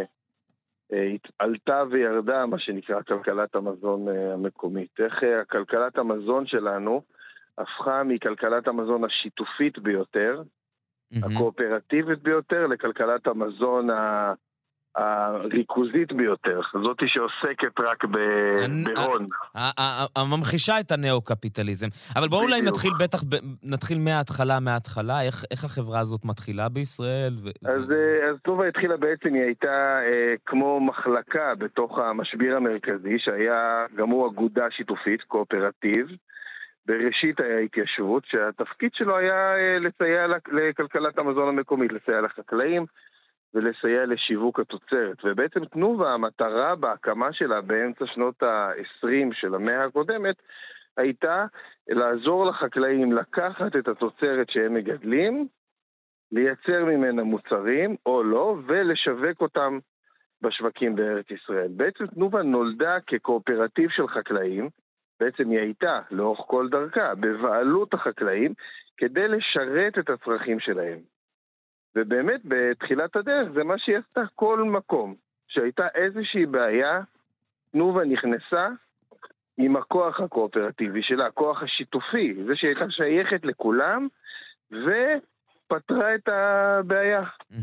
עלתה וירדה, מה שנקרא כלכלת המזון המקומית. איך כלכלת המזון שלנו הפכה מכלכלת המזון השיתופית ביותר, הקואופרטיבית ביותר, לכלכלת המזון הריכוזית ביותר, זאת שעוסקת רק בהון. הממחישה את הנאו-קפיטליזם. אבל בואו אולי נתחיל מההתחלה. איך החברה הזאת מתחילה בישראל? אז תנובה התחילה בעצם, היא הייתה כמו מחלקה בתוך המשביר המרכזי, שהיה גם הוא אגודה שיתופית, קואופרטיב, בראשית ההתיישבות, שהתפקיד שלו היה לסייע לכלכלת המזון המקומית, לסייע לחקלאים, ולסייע לשיווק התוצרת. ובעצם תנובה, המטרה בהקמה שלה באמצע שנות ה-20 של המאה הקודמת, הייתה לעזור לחקלאים לקחת את התוצרת שהם מגדלים, לייצר ממנה מוצרים או לא, ולשווק אותם בשווקים בארץ ישראל. בעצם תנובה נולדה כקואופרטיב של חקלאים, בעצם היא הייתה לאורך כל דרכה בבעלות החקלאים, כדי לשרת את הצרכים שלהם. ובאמת בתחילת הדרך זה מה שהיא עשתה כל מקום. שהייתה איזושהי בעיה, תנובה נכנסה עם הכוח הקואופרטיבי שלה, הכוח השיתופי, זה שהייתה שייכת לכולם, ופתרה את הבעיה.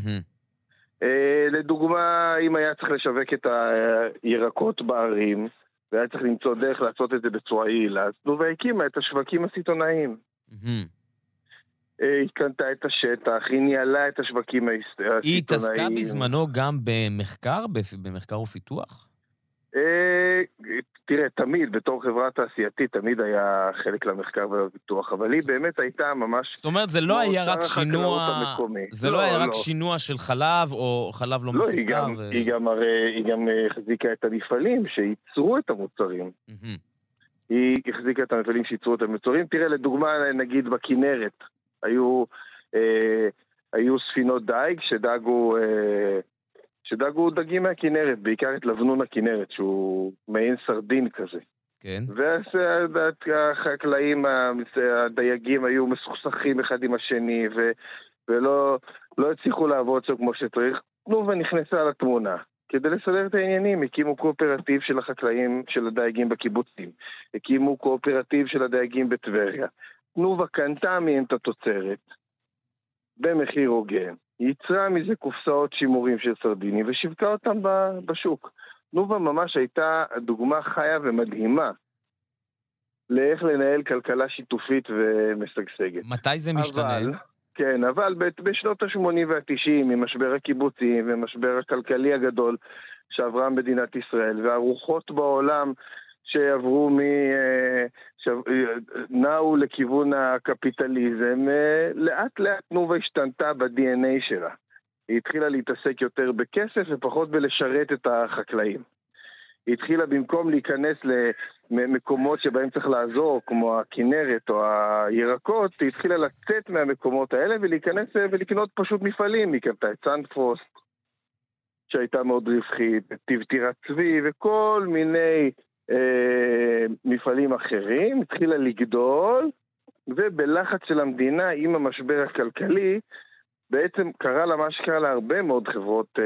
לדוגמה, אם היה צריך לשווק את הירקות בערים, והיה צריך למצוא דרך לעשות את זה בצורה יעילה, אז תנובה הקימה את השווקים הסיטונאיים. היא קנתה את השטח, היא ניהלה את השווקים הסיטונאיים. היא התעסקה בזמנו גם במחקר ופיתוח? תראה, תמיד, בתור חברה תעשייתית, תמיד היה חלק למחקר ולפיתוח, אבל היא באמת הייתה ממש... זאת אומרת, זה לא היה רק שינוע... זה לא היה רק שינוע של חלב, או חלב לא מפוזר? לא, היא גם החזיקה את המפעלים שייצרו את המוצרים. היא החזיקה את המפעלים שייצרו את המוצרים. תראה, לדוגמה, נגיד בכנרת, היו ספינות דייג שדגו דגים מהכנרת, בעיקר את לבנון הכנרת, שהוא מעין סרדין כזה. כן. והחקלאים, הדייגים היו מסוכסכים אחד עם השני, ולא הצליחו לעבוד שם כמו שצריך. תנובה נכנסה לתמונה. כדי לסדר את העניינים, הקימו קואופרטיב של החקלאים, של הדייגים בקיבוצים. הקימו קואופרטיב של הדייגים בטבריה. תנובה קנתה מהם את התוצרת במחיר הוגן. היא ייצרה מזה קופסאות שימורים של סרדינים ושיווקה אותם בשוק. תנובה ממש הייתה דוגמה חיה ומדהימה לאיך לנהל כלכלה שיתופית ומשגשגת. מתי זה משתנה? אבל בשנות ה-80 וה-90, עם משבר הקיבוצים ומשבר הכלכלי הגדול שעברה מדינת ישראל, והרוחות בעולם שעברו נעו לכיוון הקפיטליזם, לאט לאט תנובה השתנתה ב-DNA שלה. היא התחילה להתעסק יותר בכסף ופחות בלשרת את החקלאים. היא התחילה במקום להיכנס למקומות שבהם צריך לעזור, כמו הכנרת או הירקות, היא התחילה לצאת מהמקומות האלה ולהיכנס ולקנות פשוט מפעלים. היא קנתה את סנדפרוסט, שהייתה מאוד רווחית, את טירת צבי וכל מיני מפעלים אחרים. התחילה לגדול, ובלחץ של המדינה עם המשבר הכלכלי, בעצם קרה לה מה שקרה להרבה מאוד חברות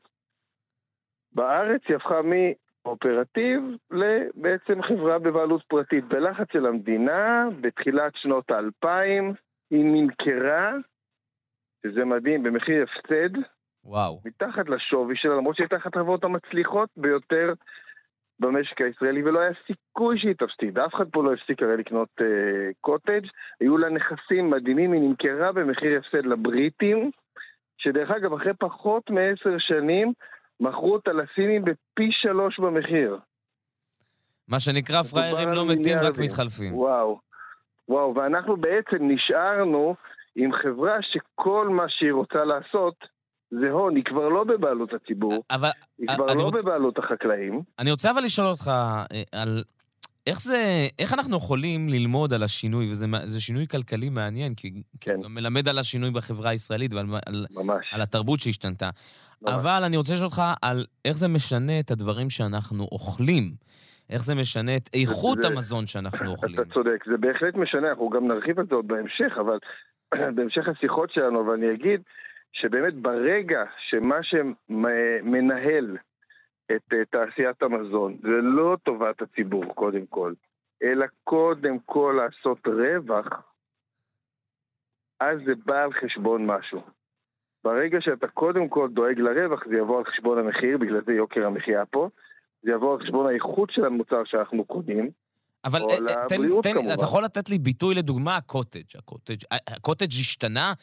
בארץ. היא הפכה מאופרטיב לבעצם חברה בבעלות פרטית. בלחץ של המדינה, בתחילת שנות ה-2000, היא נמכרה, שזה מדהים, במחיר הפסד. וואו. מתחת לשווי שלה, למרות שהיא הייתה אחת החברות המצליחות ביותר במשק הישראלי, ולא היה סיכוי שהיא תפסיד. אף אחד פה לא הפסיק הרי לקנות קוטג'. היו לה נכסים מדהימים, היא נמכרה במחיר הפסד לבריטים, שדרך אגב, אחרי פחות מ10 שנים, מכרו אותה לסינים בפי 3 במחיר. מה שנקרא, פריירים לא מתים, רק מתחלפים. וואו, ואנחנו בעצם נשארנו עם חברה שכל מה שהיא רוצה לעשות, זה הון, היא כבר לא בבעלות הציבור, היא כבר לא בבעלות החקלאים. אני רוצה אבל לשאול אותך על איך אנחנו יכולים ללמוד על השינוי, וזה שינוי כלכלי מעניין, כי הוא מלמד על השינוי בחברה הישראלית ועל התרבות שהשתנתה. אבל אני רוצה לשאול אותך על איך זה משנה את הדברים שאנחנו אוכלים, איך זה משנה את איכות המזון שאנחנו אוכלים. אתה צודק, זה בהחלט משנה, אנחנו גם נרחיב את זה עוד בהמשך, אבל בהמשך השיחות שלנו, אבל אני אגיד שבאמת ברגע שמה שמנהל את תעשיית המזון זה לא טובת הציבור קודם כל, אלא קודם כל לעשות רווח, אז זה בא על חשבון משהו. ברגע שאתה קודם כל דואג לרווח, זה יבוא על חשבון המחיר, בגלל זה יוקר המחיה פה, זה יבוא על חשבון האיכות של המוצר שאנחנו קונים, אבל אתה יכול לתת לי ביטוי לדוגמה, הקוטג' השתנה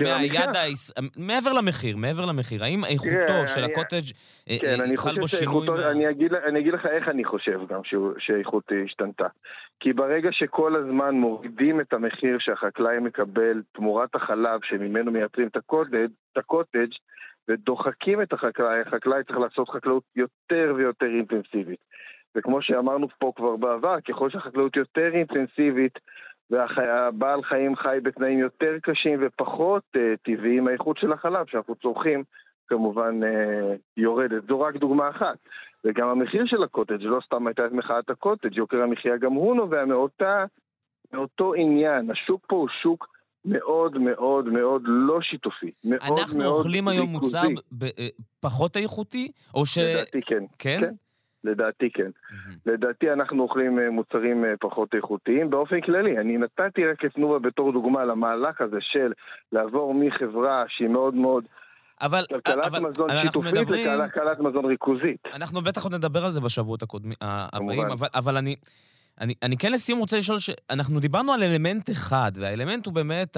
מעבר למחיר. האם איכותו של הקוטג' חל בו שינוי? אני אגיד לך איך אני חושב גם שהאיכות השתנתה. כי ברגע שכל הזמן מורידים את המחיר שהחקלאי מקבל תמורת החלב שממנו מייצרים את הקוטג' ודוחקים את החקלאי צריך לעשות חקלאות יותר ויותר אינטנסיבית. וכמו שאמרנו פה כבר בעבר, ככל שהחקלאות יותר אינטנסיבית והבעל חיים חי בתנאים יותר קשים ופחות טבעיים, האיכות של החלב שאנחנו צורכים כמובן יורדת. זו רק דוגמה אחת. וגם המחיר של הקוטג' לא סתם הייתה את מחאת הקוטג', יוקר המחיה גם הוא נובע מאותו עניין. השוק פה הוא שוק מאוד מאוד מאוד לא שיתופי. אנחנו אוכלים היום מוצר פחות איכותי? לדעתי כן. כן? לדעתי כן. לדעתי אנחנו אוכלים מוצרים פחות איכותיים באופן כללי. אני נתתי רק את תנובה בתור דוגמה למהלך הזה של לעבור מחברה שהיא מאוד מאוד כלכלת מזון שיתופית לכלכלת מזון ריכוזית. אנחנו בטח עוד נדבר על זה בשבועות הבאים, אבל אני כן לסיום רוצה לשאול שאנחנו דיברנו על אלמנט אחד, והאלמנט הוא באמת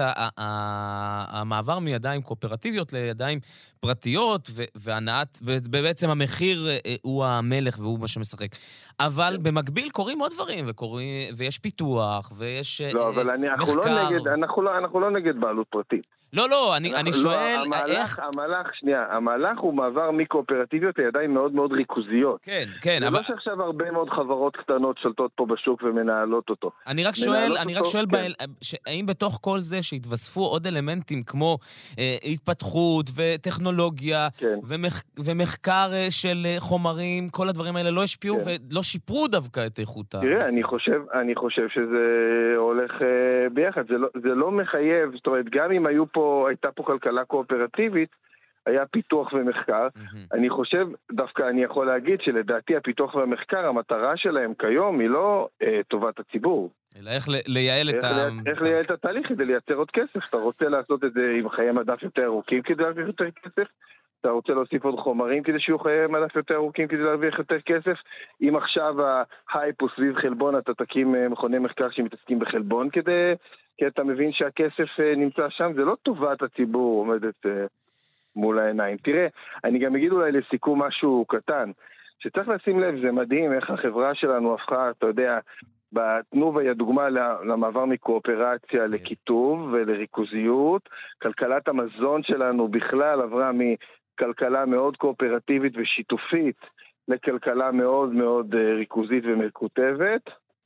המעבר מידיים קואופרטיביות לידיים פרטיות, ובעצם המחיר הוא המלך והוא מה שמשחק. אבל במקביל קורים עוד דברים, ויש פיתוח, ויש מחקר. אנחנו לא נגד בעלות פרטית. לא, אני שואל איך... המהלך הוא מעבר מקואופרטיביות לידיים מאוד מאוד ריכוזיות. כן. זה לא שעכשיו הרבה מאוד חברות קטנות שולטות פה בשוק ומנהלות אותו. אני רק שואל, האם בתוך כל זה שהתווספו עוד אלמנטים כמו התפתחות וטכנולוגיה ומחקר של חומרים, כל הדברים האלה לא השפיעו ולא שיפרו דווקא את איכות. תראה, אני חושב שזה הולך ביחד. זה לא מחייב, זאת אומרת, גם אם הייתה פה כלכלה קואופרטיבית, היה פיתוח ומחקר. אני חושב, דווקא אני יכול להגיד שלדעתי הפיתוח והמחקר, המטרה שלהם כיום היא לא טובת הציבור. אלא איך לייעל את התהליך כדי לייצר עוד כסף. אתה רוצה לעשות את זה עם חיי מדף יותר ארוכים כדי להרוויח יותר כסף? אתה רוצה להוסיף עוד חומרים כדי שיהיו חיי מדף יותר ארוכים כדי להרוויח יותר כסף? אם עכשיו ההייפ הוא סביב חלבון, אתה תקים מכוני מחקר שמתעסקים בחלבון כי אתה מבין שהכסף נמצא שם. זה לא טובת הציבור עומדת מול העיניים. תראה, אני גם אגיד אולי לסיכום משהו קטן, שצריך לשים לב, זה מדהים איך החברה שלנו הפכה, אתה יודע, בתנובה היא הדוגמה למעבר מקואופרציה לכיתוב ולריכוזיות. כלכלת המזון שלנו בכלל עברה מכלכלה מאוד קואופרטיבית ושיתופית לכלכלה מאוד מאוד ריכוזית ומקוטבת.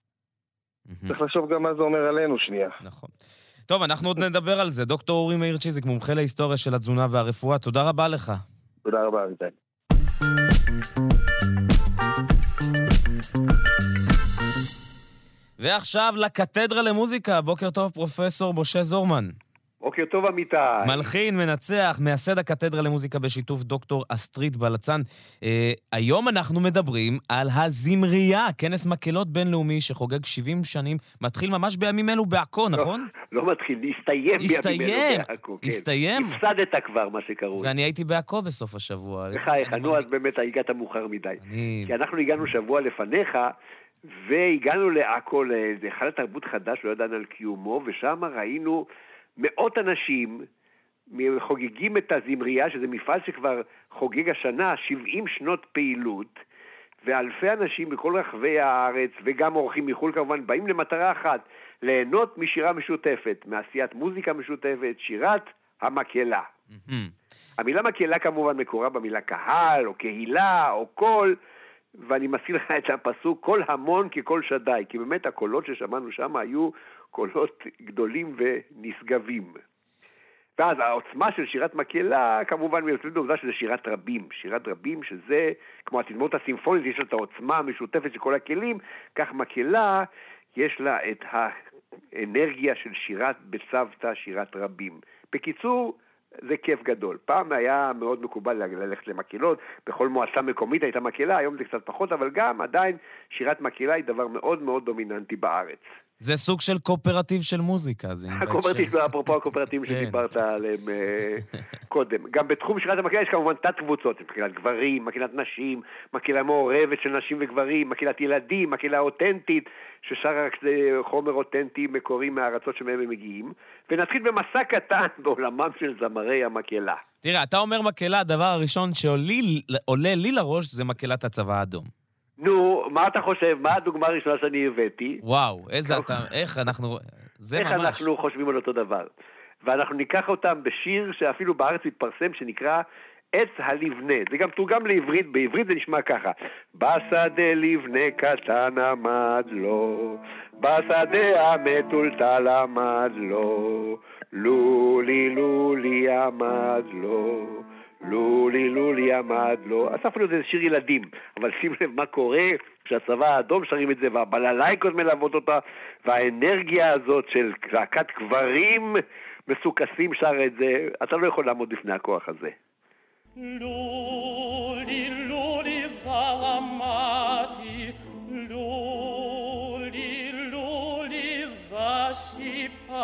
צריך לחשוב גם מה זה אומר עלינו שנייה. נכון. טוב, אנחנו עוד נדבר על זה. דוקטור אורי מאיר צ'יזיק, מומחה להיסטוריה של התזונה והרפואה. תודה רבה לך. תודה רבה, אביטל. ועכשיו לקתדרה למוזיקה. בוקר טוב, פרופסור משה זורמן. בוקר טוב, אמיתי. מלחין, מנצח, מייסד הקתדרה למוזיקה בשיתוף דוקטור אסטרית בלצן. היום אנחנו מדברים על הזמרייה, כנס מקהלות בינלאומי שחוגג 70 שנים, מתחיל ממש בימים אלו בעכו, נכון? לא מתחיל, הסתיים בימים אלו בעכו. הסתיים. הפסדת כבר מה שקראו. ואני הייתי בעכו בסוף השבוע. בחייך, נו, אז באמת הגעת מאוחר מדי. כי אנחנו הגענו שבוע לפניך, והגענו לעכו, לאחד התרבות חדש, לא ידענו על קיומו, ושם ראינו מאות אנשים חוגגים את הזמרייה, שזה מפעל שכבר חוגג השנה 70 שנות פעילות, ואלפי אנשים בכל רחבי הארץ, וגם אורחים מחול כמובן, באים למטרה אחת, ליהנות משירה משותפת, מעשיית מוזיקה משותפת, שירת המקהלה. המילה מקהלה כמובן מקורה במילה קהל, או קהילה, או קול, ואני מזכיר לך את הפסוק, כל המון ככל שדי, כי באמת הקולות ששמענו שם היו קולות גדולים ונשגבים. ואז העוצמה של שירת מקהלה, כמובן מיוצאת בעובדה שזה שירת רבים. שירת רבים שזה, כמו התזמורת הסימפונית, יש לה את העוצמה המשותפת של כל הכלים, כך מקהלה יש לה את האנרגיה של שירת בצוותא, שירת רבים. בקיצור, זה כיף גדול. פעם היה מאוד מקובל ללכת למקהלות, בכל מועצה מקומית הייתה מקהלה, היום זה קצת פחות, אבל גם עדיין שירת מקהלה היא דבר מאוד מאוד דומיננטי בארץ. זה סוג של קואופרטיב של מוזיקה. הקואופרטיב, אפרופו הקואופרטיבים שדיברת עליהם קודם. גם בתחום שירת המקהלה יש כמובן תת קבוצות, מקהלת גברים, מקהלת נשים, מקהלה מעורבת של נשים וגברים, מקהלת ילדים, מקהלה אותנטית, ששרה חומר אותנטי מקורי מהארצות שמהם הם מגיעים. ונתחיל במסע קטן בעולמם של זמרי המקהלה. תראה, אתה אומר מקהלה, הדבר הראשון שעולה לי לראש זה מקהלת הצבא האדום. נו, מה אתה חושב? מה הדוגמה הראשונה שאני הבאתי? וואו, איך אנחנו... איך אנחנו חושבים על אותו דבר. ואנחנו ניקח אותם בשיר שאפילו בארץ מתפרסם, שנקרא עץ הלבנה. זה גם תורגם לעברית, בעברית זה נשמע ככה. בשדה לבנה קטן עמד לו, בשדה המטולטל עמד לו, לולי לולי עמד לו, לולי לולי עמד לו. אספנו את זה שיר ילדים, אבל שים לב מה קורה כשהצבא האדום שרים את זה, והבללייקות מלוות אותה, והאנרגיה הזאת של להקת גברים מסוכסים שר את זה, אתה לא יכול לעמוד בפני הכוח הזה. לולי לולי סלמתי, לולי לולי זשיפתי.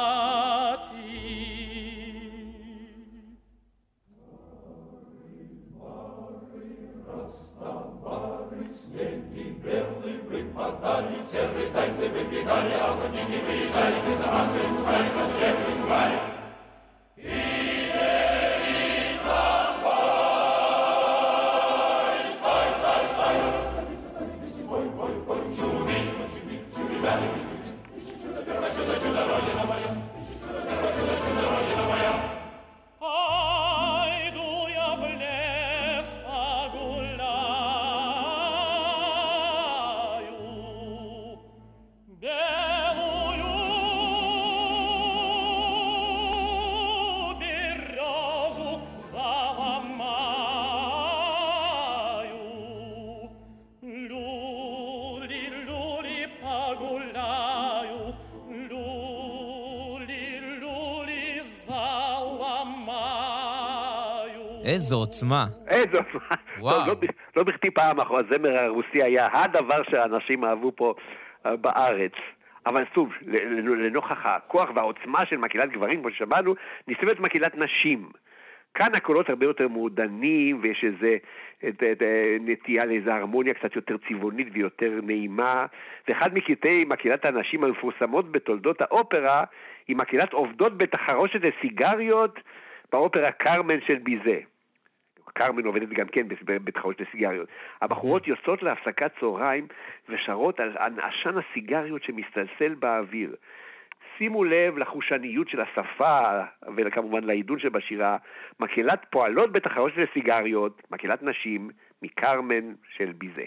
Подали, серые зайцы выбегали, а лодники выезжали, все замазы искусали, разлег искали. И девица стой, стой, стой, стой. Ой, ой, ой, чуди, чуди, чуди, дали, чудо первое, чудо, чудо, родина моя, чудо первое, чудо, чудо, родина моя. Ай, ду я в лес погулять. איזו עוצמה. איזו עוצמה. לא בכדי פעם הזמר הרוסי היה הדבר שהאנשים אהבו פה בארץ. אבל שוב, לנוכח הכוח והעוצמה של מקהלת גברים, כמו ששמענו, נסתובבת מקהלת נשים. כאן הקולות הרבה יותר מעודנים, ויש איזה נטייה לאיזו הרמוניה קצת יותר צבעונית ויותר נעימה. ואחד מקטעי מקהלת הנשים המפורסמות בתולדות האופרה, היא מקהלת עובדות בתחרושת לסיגריות באופרה קרמן של ביזה. קרמן עובדת גם כן בתחרושת לסיגריות. הבחורות יוצאות להפסקת צהריים ושרות על עשן הסיגריות שמסתלסל באוויר. שימו לב לחושניות של השפה וכמובן לעידון שבשירה. מקהלת פועלות בתחרושת לסיגריות, מקהלת נשים מקרמן של ביזה.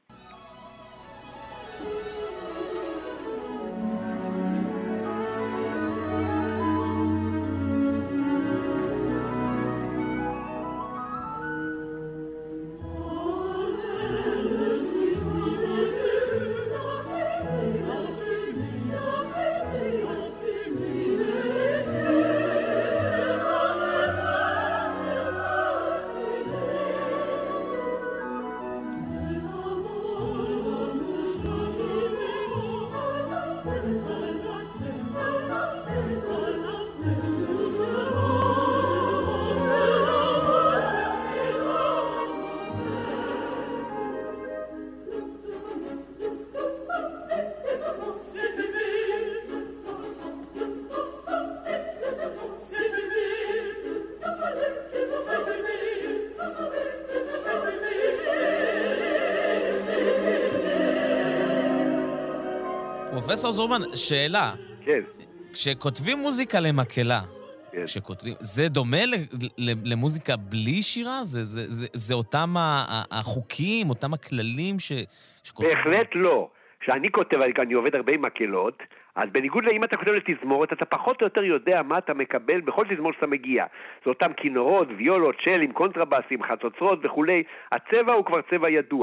פרופסור זורמן, שאלה. כן. כשכותבים מוזיקה למקהלה, כן. זה דומה למוזיקה בלי שירה? זה אותם החוקים, אותם הכללים שכותבים? בהחלט לא. כשאני כותב, אני עובד הרבה עם מקהלות, אז בניגוד לאם אתה כותב לתזמורת, אתה פחות או יותר יודע מה אתה מקבל בכל תזמורת שאתה מגיע. זה אותם כינורות, ויולות, צ'לים, קונטרבסים, חצוצרות וכולי. הצבע הוא כבר צבע ידוע.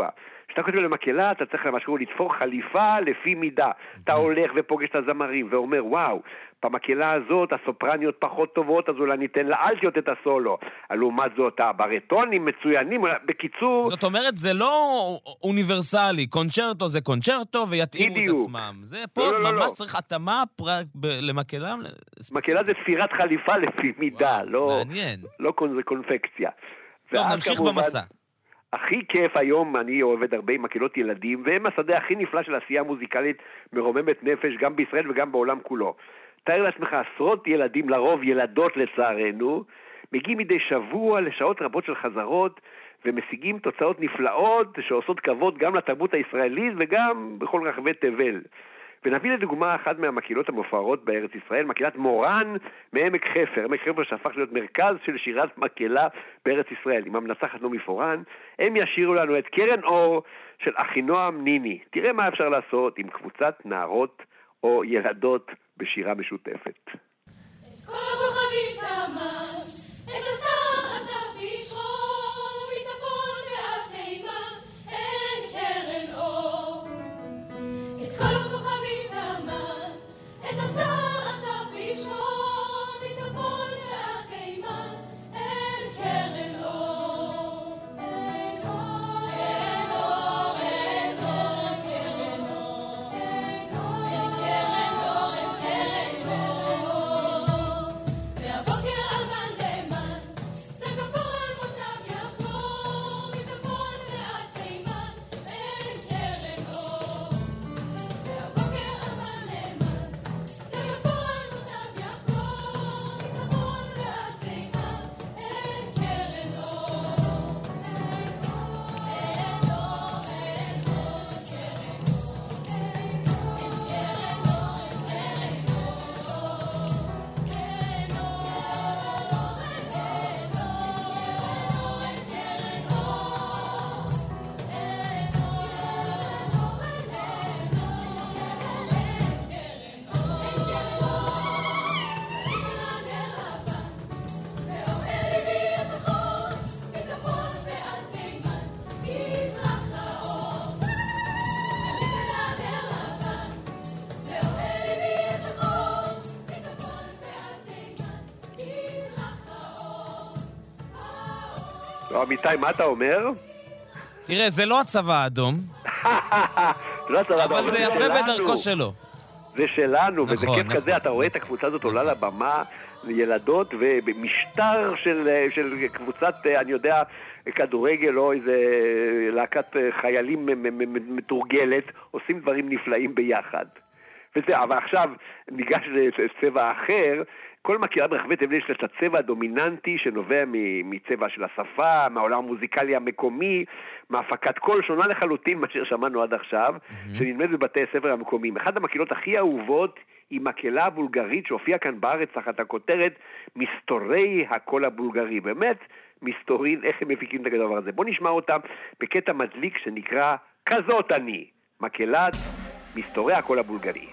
כשאתה כותב למקהלה, אתה צריך למשהו לתפור חליפה לפי מידה. אתה הולך ופוגש את הזמרים ואומר, וואו, במקהלה הזאת הסופרניות פחות טובות, אז אולי ניתן לאלטיות את הסולו. לעומת זאת, הברטונים מצוינים, בקיצור... זאת אומרת, זה לא אוניברסלי, קונצ'רטו זה קונצ'רטו ויתאימו את עצמם. זה פה ממש צריך התאמה למקהלה. מקהלה זה תפירת חליפה לפי מידה, לא קונפקציה. טוב, נמשיך במסע. הכי כיף היום, אני עובד הרבה עם מקהלות ילדים, והם השדה הכי נפלא של עשייה מוזיקלית מרוממת נפש, גם בישראל וגם בעולם כולו. תאר לעצמך, עשרות ילדים, לרוב ילדות לצערנו, מגיעים מדי שבוע לשעות רבות של חזרות, ומשיגים תוצאות נפלאות שעושות כבוד גם לתרבות הישראלית וגם בכל רחבי תבל. ונביא לדוגמה אחת מהמקהלות המופרות בארץ ישראל, מקהלת מורן מעמק חפר. עמק חפר שהפך להיות מרכז של שירת מקהלה בארץ ישראל. עם המנצחת נעמי פורן, הם ישירו לנו את קרן אור של אחינועם ניני. תראה מה אפשר לעשות עם קבוצת נערות או ילדות בשירה משותפת. את כל הכוכבים תאמן, את השר עטף וישרור, מצפון ועד תימן, אין קרן אור. את כל הכוכבים תאמן, את השר עטף וישרור, מצפון ועד תימן, אין קרן אור. אין אור, אין אור, אין אור, קרן אור. אין קרן אור, אין קרן אור. והבוקר אלמן דמן, סגפור על מותיו יחזור, מצפון ועד תימן, אין קרן אור. והבוקר אלמן דמן, סגפור על מותיו יחזור, מצפון ועד תימן, אין קרן אור. אין אור, אין אור, קרן אור. אין קרן אור, אין קרן אמיתי, מה אתה אומר? תראה, זה לא הצבא האדום, אבל זה יפה בדרכו שלו. זה שלנו, וזה נכון, כיף נכון. כזה, אתה רואה את הקבוצה הזאת עולה לבמה לילדות, ובמשטר של קבוצת, אני יודע, כדורגל או איזה להקת חיילים מתורגלת, עושים דברים נפלאים ביחד. וזה, אבל עכשיו ניגש לצבע אחר, כל מקהלה ברחבי תבל יש לה את הצבע הדומיננטי שנובע מצבע של השפה, מהעולם המוזיקלי המקומי, מהפקת קול שונה לחלוטין מה ששמענו עד עכשיו, שנלמד בבתי הספר המקומיים. אחת המקהלות הכי אהובות היא מקהלה בולגרית שהופיעה כאן בארץ תחת הכותרת מסתורי הקול הבולגרי. באמת, מסתורין, איך הם מפיקים את הדבר הזה. בוא נשמע אותם בקטע מדליק שנקרא כזאת אני, מקהלת מסתורי הקול הבולגרי.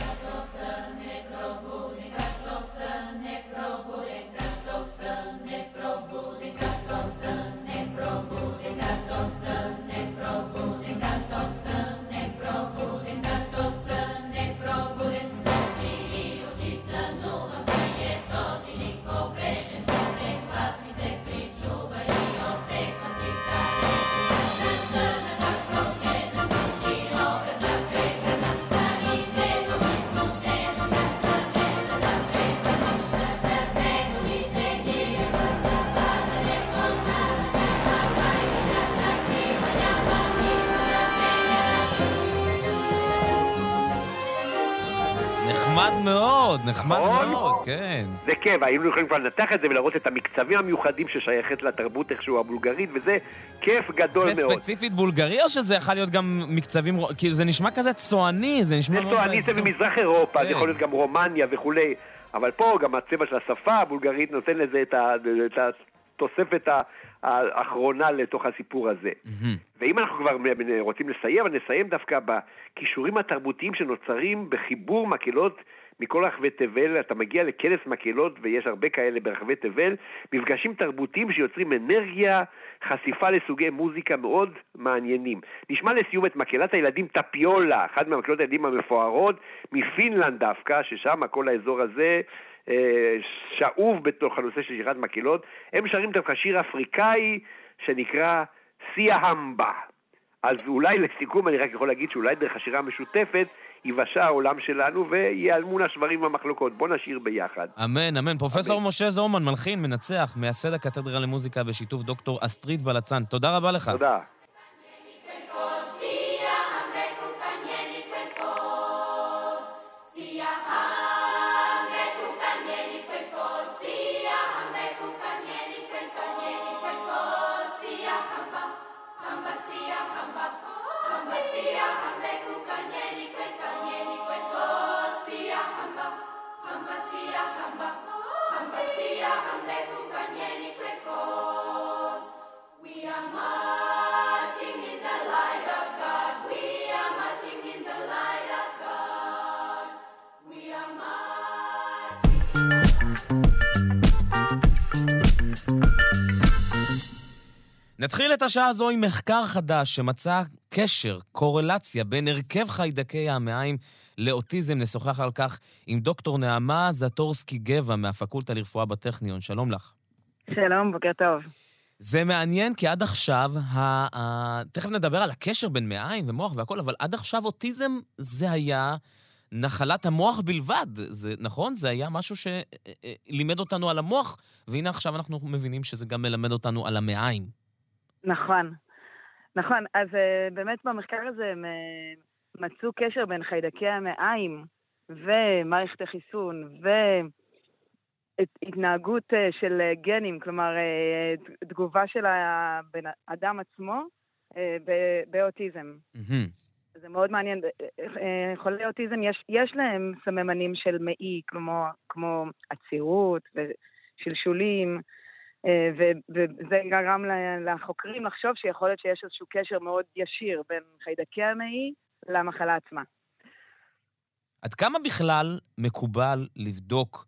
נחמד מאוד, כן. זה כיף, היינו יכולים כבר לנתח את זה ולראות את המקצבים המיוחדים ששייכת לתרבות איכשהו הבולגרית, וזה כיף גדול מאוד. זה ספציפית בולגרי או שזה יכול להיות גם מקצבים, כאילו זה נשמע כזה צועני, זה נשמע... זה צועני, זה במזרח אירופה, זה יכול להיות גם רומניה וכולי, אבל פה גם הצבע של השפה הבולגרית נותן לזה את התוספת האחרונה לתוך הסיפור הזה. ואם אנחנו כבר רוצים לסיים, נסיים דווקא בכישורים התרבותיים שנוצרים בחיבור מקהלות מכל רחבי תבל, אתה מגיע לכנס מקהלות, ויש הרבה כאלה ברחבי תבל, מפגשים תרבותיים שיוצרים אנרגיה, חשיפה לסוגי מוזיקה מאוד מעניינים. נשמע לסיום את מקהלת הילדים טפיולה, אחת מהמקהלות הילדים המפוארות, מפינלנד דווקא, ששם כל האזור הזה שאוב בתוך הנושא של שירת מקהלות. הם שרים דווקא שיר אפריקאי שנקרא סיהמבה. אז אולי לסיכום אני רק יכול להגיד שאולי דרך השירה המשותפת ייוושע העולם שלנו ויעלמו השברים והמחלוקות. בוא נשיר ביחד. אמן, אמן. פרופסור משה זורמן, מלחין, מנצח, מייסד הקתדרה למוזיקה בשיתוף דוקטור אסטרית בלצן. תודה רבה לך. תודה. נתחיל את השעה הזו עם מחקר חדש שמצא קשר, קורלציה בין הרכב חיידקי המעיים לאוטיזם. נשוחח על כך עם דוקטור נעמה זטורסקי גבע מהפקולטה לרפואה בטכניון. שלום לך. שלום, בוקר טוב. זה מעניין כי עד עכשיו, תכף נדבר על הקשר בין מעיים ומוח והכל, אבל עד עכשיו אוטיזם זה היה נחלת המוח בלבד. זה נכון? זה היה משהו שלימד אותנו על המוח, והנה עכשיו אנחנו מבינים שזה גם מלמד אותנו על המעיים. נכון, נכון. אז באמת במחקר הזה הם מצאו קשר בין חיידקי המעיים ומערכת החיסון והתנהגות של גנים, כלומר תגובה של האדם עצמו באוטיזם. זה מאוד מעניין. חולי אוטיזם יש להם סממנים של מעי, כמו עצירות ושלשולים, וזה גרם לחוקרים לחשוב שיכול להיות שיש איזשהו קשר מאוד ישיר בין חיידקי המעי למחלה עצמה. עד כמה בכלל מקובל לבדוק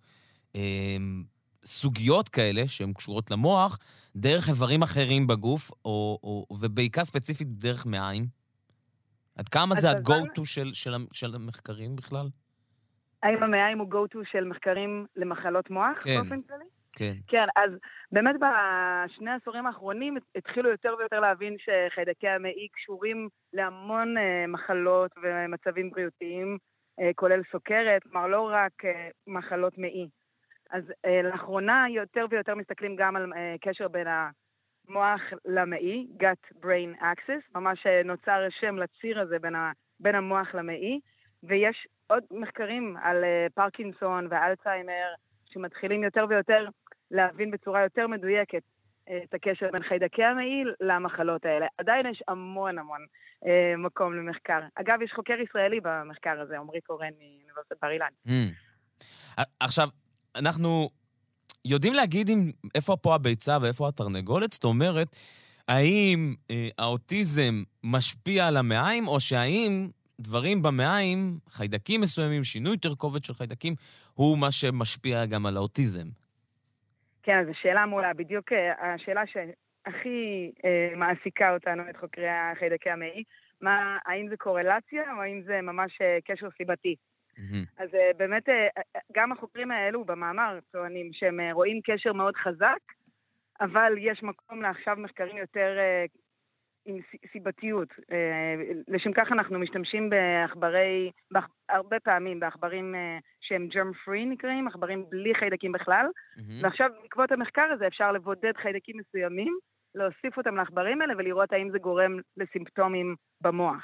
סוגיות כאלה שהן קשורות למוח דרך איברים אחרים בגוף, ובעיקר ספציפית דרך מעיים? עד כמה זה ה-go-to של המחקרים בכלל? האם המעיים הוא go-to של מחקרים למחלות מוח באופן כללי? כן. כן, אז באמת בשני העשורים האחרונים התחילו יותר ויותר להבין שחיידקי המעי קשורים להמון מחלות ומצבים בריאותיים, כולל סוכרת, כלומר לא רק מחלות מעי. אז לאחרונה יותר ויותר מסתכלים גם על קשר בין המוח למעי, gut-brain axis, ממש נוצר שם לציר הזה בין המוח למעי, ויש עוד מחקרים על פרקינסון ואלצהיימר, שמתחילים יותר ויותר להבין בצורה יותר מדויקת את הקשר בין חיידקי המעי למחלות האלה. עדיין יש המון מקום למחקר. אגב, יש חוקר ישראלי במחקר הזה, עמרי קורן מאוניברסיטת בר אילן. עכשיו, אנחנו יודעים להגיד איפה פה הביצה ואיפה התרנגולת? זאת אומרת, האם האוטיזם משפיע על המעיים, או שהאם דברים במעיים, חיידקים מסוימים, שינוי תרכובת של חיידקים, הוא מה שמשפיע גם על האוטיזם? כן, אז השאלה מולה, בדיוק השאלה שהכי מעסיקה אותנו, את חוקרי חיידקי המעי, האם זה קורלציה או האם זה ממש קשר סיבתי? אז באמת, גם החוקרים האלו במאמר טוענים שהם רואים קשר מאוד חזק, אבל יש מקום לעכשיו מחקרים יותר עם סיבתיות. לשם כך אנחנו משתמשים הרבה פעמים בעכברים שהם germ free נקראים, עכברים בלי חיידקים בכלל, ועכשיו בעקבות המחקר הזה אפשר לבודד חיידקים מסוימים, להוסיף אותם לעכברים האלה ולראות האם זה גורם לסימפטומים במוח.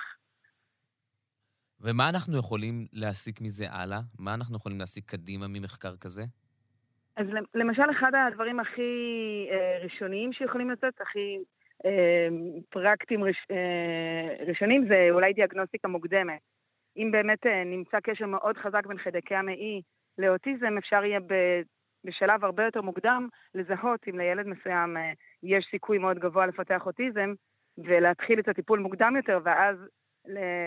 ומה אנחנו יכולים להסיק מזה הלאה? מה אנחנו יכולים להסיק קדימה ממחקר כזה? אז למשל אחד הדברים הכי ראשוניים שיכולים לצאת, הכי פרקטיים ראשונים, זה אולי דיאגנוסטיקה מוקדמת. אם באמת נמצא קשר מאוד חזק בין חיידקי המעי לאוטיזם, אפשר יהיה בשלב הרבה יותר מוקדם לזהות אם לילד מסוים יש סיכוי מאוד גבוה לפתח אוטיזם, ולהתחיל את הטיפול מוקדם יותר, ואז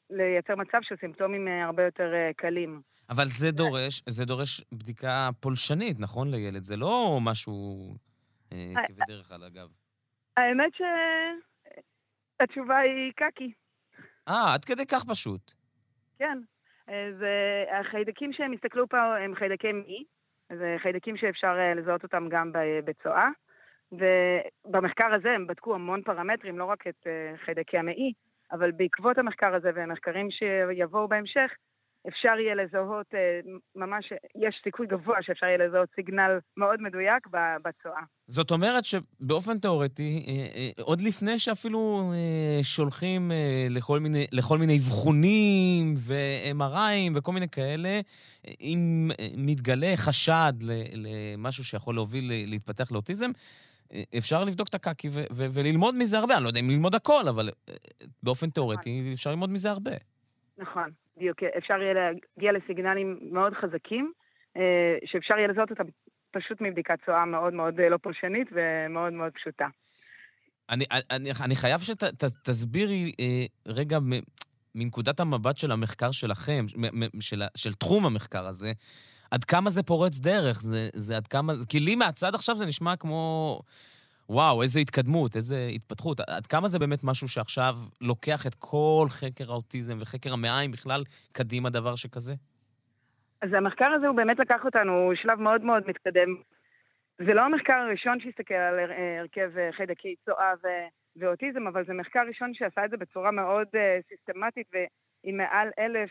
לייצר מצב של סימפטומים הרבה יותר קלים. אבל זה דורש בדיקה פולשנית, נכון לילד? זה לא משהו כבדרך על אגב. האמת שהתשובה היא קקי. עד כדי כך פשוט. כן. החיידקים שהם הסתכלו פה הם חיידקי מעי. זה חיידקים שאפשר לזהות אותם גם בצואה. ובמחקר הזה הם בדקו המון פרמטרים, לא רק את חיידקי המעי, אבל בעקבות המחקר הזה ומחקרים שיבואו בהמשך, אפשר יהיה לזהות, ממש, יש סיכוי גבוה שאפשר יהיה לזהות סיגנל מאוד מדויק בצואה. זאת אומרת שבאופן תיאורטי, עוד לפני שאפילו שולחים לכל מיני אבחונים ו-MRI'ים וכל מיני כאלה, אם מתגלה חשד למשהו שיכול להוביל להתפתח לאוטיזם, אפשר לבדוק את הקקי וללמוד מזה הרבה. אני לא יודע אם ללמוד הכל, אבל באופן תיאורטי אפשר ללמוד מזה הרבה. נכון, בדיוק. אפשר יהיה להגיע לסיגנלים מאוד חזקים, שאפשר יהיה לזהות אותם פשוט מבדיקת צואה מאוד מאוד לא פולשנית ומאוד מאוד פשוטה. אני חייב שתסבירי רגע מנקודת המבט של המחקר שלכם, של תחום המחקר הזה, עד כמה זה פורץ דרך, זה עד כמה, כי לי מהצד עכשיו זה נשמע כמו, וואו, איזו התקדמות, איזו התפתחות, עד כמה זה באמת משהו שעכשיו לוקח את כל חקר האוטיזם וחקר המעיים בכלל קדימה דבר שכזה? אז המחקר הזה הוא באמת לקח אותנו שלב מאוד מאוד מתקדם. זה לא המחקר הראשון שהסתכל על הרכב חיידקי צואה ואוטיזם, אבל זה מחקר ראשון שעשה את זה בצורה מאוד סיסטמטית ועם מעל 1,000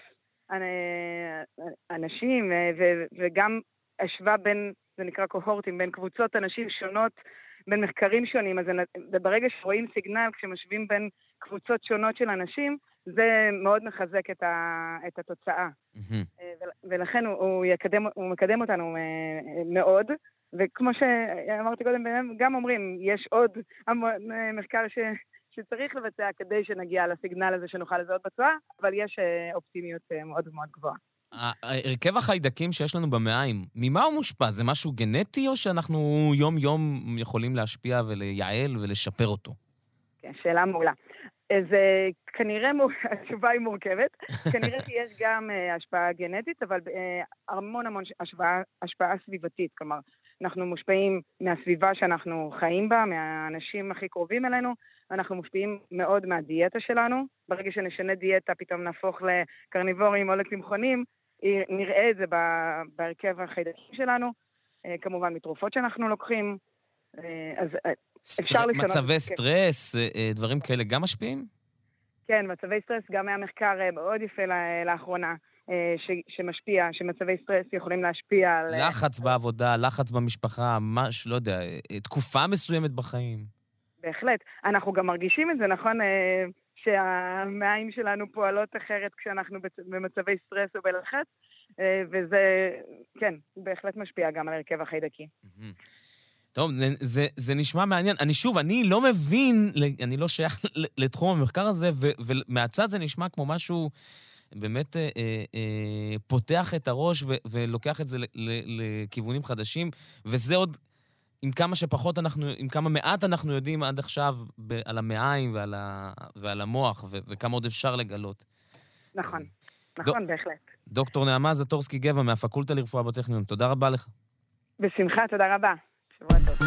אנשים, וגם השווה בין, זה נקרא קוהורטים, בין קבוצות אנשים שונות, בין מחקרים שונים. אז ברגע שרואים סיגנל כשמשווים בין קבוצות שונות של אנשים, זה מאוד מחזק את התוצאה. ולכן הוא מקדם אותנו מאוד, וכמו שאמרתי קודם, גם אומרים, יש עוד מחקר שצריך לבצע כדי שנגיע לסיגנל הזה שנוכל לזהות בצואה, אבל יש אופטימיות מאוד מאוד גבוהה. הרכב החיידקים שיש לנו במעיים, ממה הוא מושפע? זה משהו גנטי או שאנחנו יום-יום יכולים להשפיע ולייעל ולשפר אותו? כן, שאלה מעולה. אז כנראה התשובה היא מורכבת. כנראה שיש גם השפעה גנטית, אבל המון השפעה סביבתית. כלומר, אנחנו מושפעים מהסביבה שאנחנו חיים בה, מהאנשים הכי קרובים אלינו, ואנחנו מושפעים מאוד מהדיאטה שלנו. ברגע שנשנה דיאטה, פתאום נהפוך לקרניבורים או לצמחונים, נראה את זה בהרכב החיידקים שלנו, כמובן מתרופות שאנחנו לוקחים. אז אפשר לשנות. מצבי סטרס, דברים כאלה גם משפיעים? כן, מצבי סטרס גם היה מחקר מאוד יפה לאחרונה, שמשפיע, שמצבי סטרס יכולים להשפיע על... לחץ בעבודה, לחץ במשפחה, ממש, לא יודע, תקופה מסוימת בחיים. בהחלט. אנחנו גם מרגישים את זה, נכון? שהמעיים שלנו פועלות אחרת כשאנחנו במצבי סטרס או בלחץ, וזה, כן, בהחלט משפיע גם על הרכב החיידקי. טוב, זה נשמע מעניין. אני לא מבין, אני לא שייך לתחום המחקר הזה, ומהצד זה נשמע כמו משהו באמת פותח את הראש ולוקח את זה לכיוונים חדשים, וזה עוד עם כמה שפחות עם כמה מעט אנחנו יודעים עד עכשיו על המעיים ועל המוח, וכמה עוד אפשר לגלות. נכון, נכון, בהחלט. דוקטור נעמה זטורסקי גבע מהפקולטה לרפואה בטכניון, תודה רבה לך. בשמחה, תודה רבה. שבוע טוב.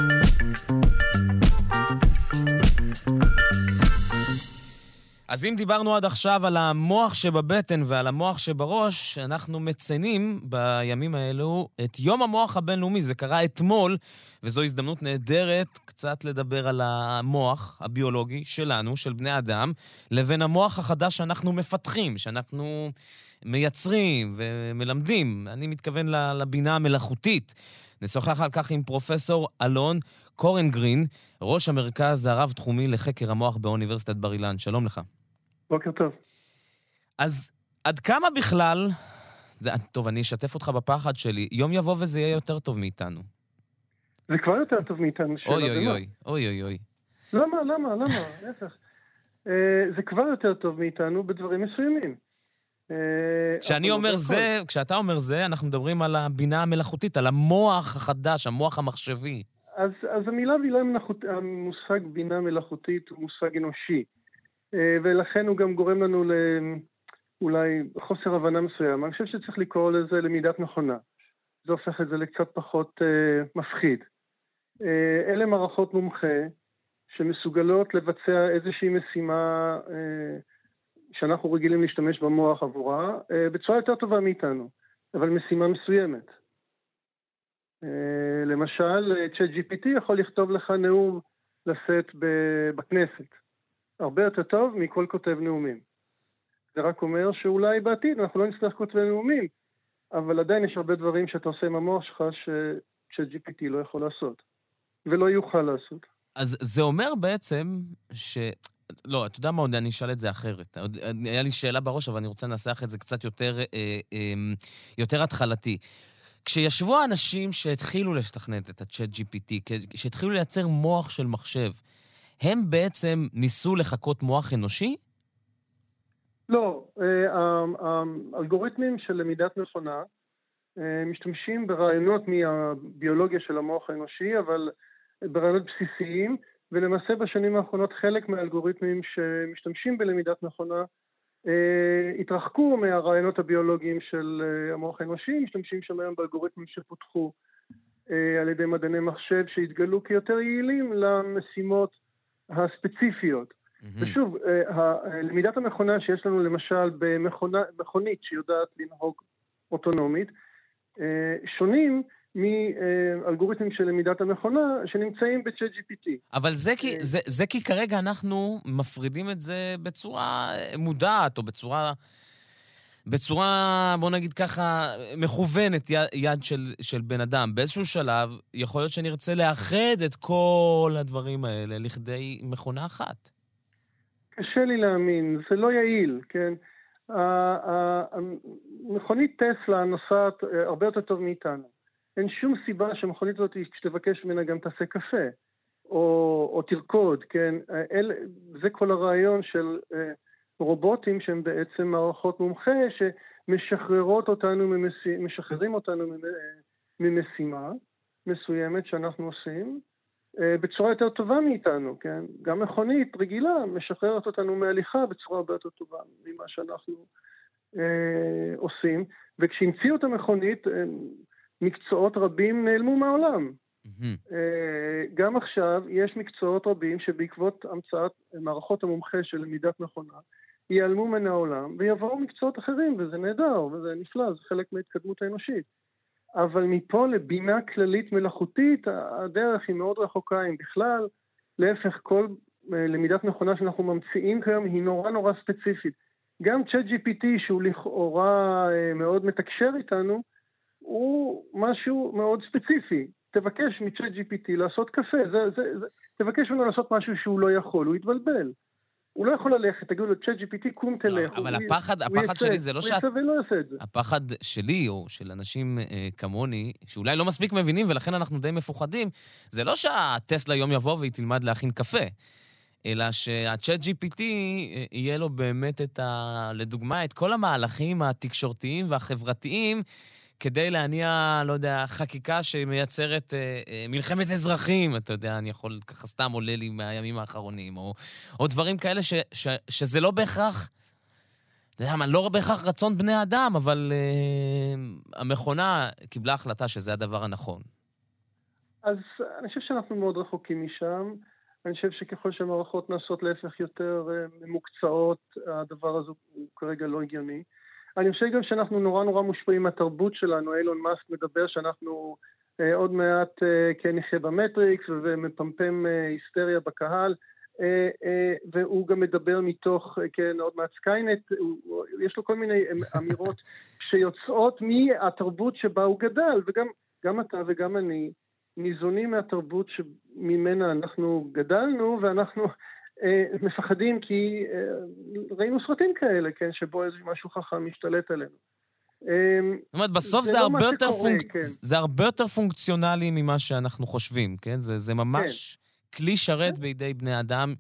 אז אם דיברנו עד עכשיו על המוח שבבטן ועל המוח שבראש, אנחנו מציינים בימים האלו את יום המוח הבינלאומי. זה קרה אתמול, וזו הזדמנות נהדרת קצת לדבר על המוח הביולוגי שלנו, של בני אדם, לבין המוח החדש שאנחנו מפתחים, שאנחנו מייצרים ומלמדים. אני מתכוון לבינה המלאכותית. נשוחח על כך עם פרופסור אלון קורנגרין, ראש המרכז הרב-תחומי לחקר המוח באוניברסיטת בר אילן. שלום לך. בוקר טוב. אז עד כמה בכלל, טוב, אני אשתף אותך בפחד שלי, יום יבוא וזה יהיה יותר טוב מאיתנו. זה כבר יותר טוב מאיתנו. אוי. למה? להפך. זה כבר יותר טוב מאיתנו בדברים מסוימים. כשאתה אומר זה, אנחנו מדברים על הבינה המלאכותית, על המוח החדש, המוח המחשבי. אז המושג בינה מלאכותית הוא מושג אנושי, ולכן הוא גם גורם לנו אולי חוסר הבנה מסוים. אני חושב שצריך לקרוא לזה למידת מכונה. זה הופך את זה לקצת פחות מפחיד. אלה מערכות מומחה שמסוגלות לבצע איזושהי משימה שאנחנו רגילים להשתמש במוח עבורה, בצורה יותר טובה מאיתנו, אבל משימה מסוימת. למשל, ChatGPT יכול לכתוב לך נאום לשאת בכנסת. הרבה יותר טוב מכל כותב נאומים. זה רק אומר שאולי בעתיד אנחנו לא נצטרך כותבי נאומים, אבל עדיין יש הרבה דברים שאתה עושה עם המוח שלך ש-GPT לא יכול לעשות, ולא יוכל לעשות. אז זה אומר בעצם לא, אתה יודע מה עוד, אני אשאל את זה אחרת. היה לי שאלה בראש, אבל אני רוצה לנסח את זה קצת יותר התחלתי. כשישבו האנשים שהתחילו לתכנת את ה-Chat GPT, שהתחילו לייצר מוח של מחשב, הם בעצם ניסו לחכות מוח אנושי? לא, האלגוריתמים של למידת מכונה משתמשים ברעיונות מהביולוגיה של המוח האנושי, אבל ברעיונות בסיסיים, ולמעשה בשנים האחרונות חלק מהאלגוריתמים שמשתמשים בלמידת מכונה התרחקו מהרעיונות הביולוגיים של המוח האנושי, משתמשים שם היום באלגוריתמים שפותחו על ידי מדעני מחשב שהתגלו כיותר יעילים למשימות הספציפיות. ושוב, למידת המכונה שיש לנו למשל במכונית שיודעת לנהוג אוטונומית, שונים מאלגוריתמים של למידת המכונה שנמצאים ב-ChatGPT. אבל זה כי כרגע אנחנו מפרידים את זה בצורה מודעת, או בצורה, בוא נגיד ככה, מכוונת יד של בן אדם. באיזשהו שלב יכול להיות שנרצה לאחד את כל הדברים האלה לכדי מכונה אחת. קשה לי להאמין, זה לא יעיל, כן? מכונית טסלה נוסעת הרבה יותר טוב מאיתנו. אין שום סיבה שמכונית הזאת כשתבקש ממנה גם תעשה קפה, או תרקוד, כן? זה כל הרעיון של רובוטים שהם בעצם מערכות מומחה שמשחררות אותנו, משחררים אותנו ממשימה מסוימת שאנחנו עושים, בצורה יותר טובה מאיתנו, כן? גם מכונית רגילה משחררת אותנו מהליכה בצורה הרבה יותר טובה ממה שאנחנו עושים, וכשהמציאו את המכונית, מקצועות רבים נעלמו מהעולם. גם עכשיו יש מקצועות רבים שבעקבות המצאת מערכות המומחה של למידת מכונה, ייעלמו מן העולם ויבואו מקצועות אחרים, וזה נהדר, וזה נפלא, זה חלק מההתקדמות האנושית. אבל מפה לבינה כללית מלאכותית, הדרך היא מאוד רחוקה, אם בכלל, להפך, כל למידת מכונה שאנחנו ממציאים כיום היא נורא נורא ספציפית. גם ChatGPT, שהוא לכאורה מאוד מתקשר איתנו, הוא משהו מאוד ספציפי. תבקש מ-ChatGPT לעשות קפה, תבקש ממנו לעשות משהו שהוא לא יכול, הוא יתבלבל. הוא לא יכול ללכת, תגידו לו, ChatGPT, קום תלך. אבל הפחד שלי זה לא הפחד שלי, או של אנשים כמוני, שאולי לא מספיק מבינים, ולכן אנחנו די מפוחדים, זה לא שהטסלה יום יבוא והיא תלמד להכין קפה, אלא שה-ChatGPT יהיה לו באמת לדוגמה, את כל המהלכים התקשורתיים והחברתיים, כדי להניע, לא יודע, חקיקה שמייצרת מלחמת אזרחים, אתה יודע, אני יכול, ככה סתם עולה לי מהימים האחרונים, או דברים כאלה שזה לא בהכרח, אתה יודע מה, לא בהכרח רצון בני אדם, אבל המכונה קיבלה החלטה שזה הדבר הנכון. אז אני חושב שאנחנו מאוד רחוקים משם, אני חושב שככל שהמערכות נעשות להפך יותר ממוקצעות, הדבר הזה הוא כרגע לא הגיוני. אני חושב גם שאנחנו נורא נורא מושפעים מהתרבות שלנו. אילון מאסק מדבר שאנחנו עוד מעט כן נחיה במטריקס ומפמפם היסטריה בקהל, והוא גם מדבר מתוך, כן, עוד מעט סקיינט, יש לו כל מיני אמירות שיוצאות מהתרבות שבה הוא גדל, וגם אתה וגם אני ניזונים מהתרבות שממנה אנחנו גדלנו, ואנחנו מפחדים כי ראינו סרטים כאלה, כן, שבו איזה משהו חכם משתלט עלינו. זאת אומרת, בסוף זה הרבה יותר פונקציונלי ממה שאנחנו חושבים, כן? זה ממש כלי שרת בידי בני אדם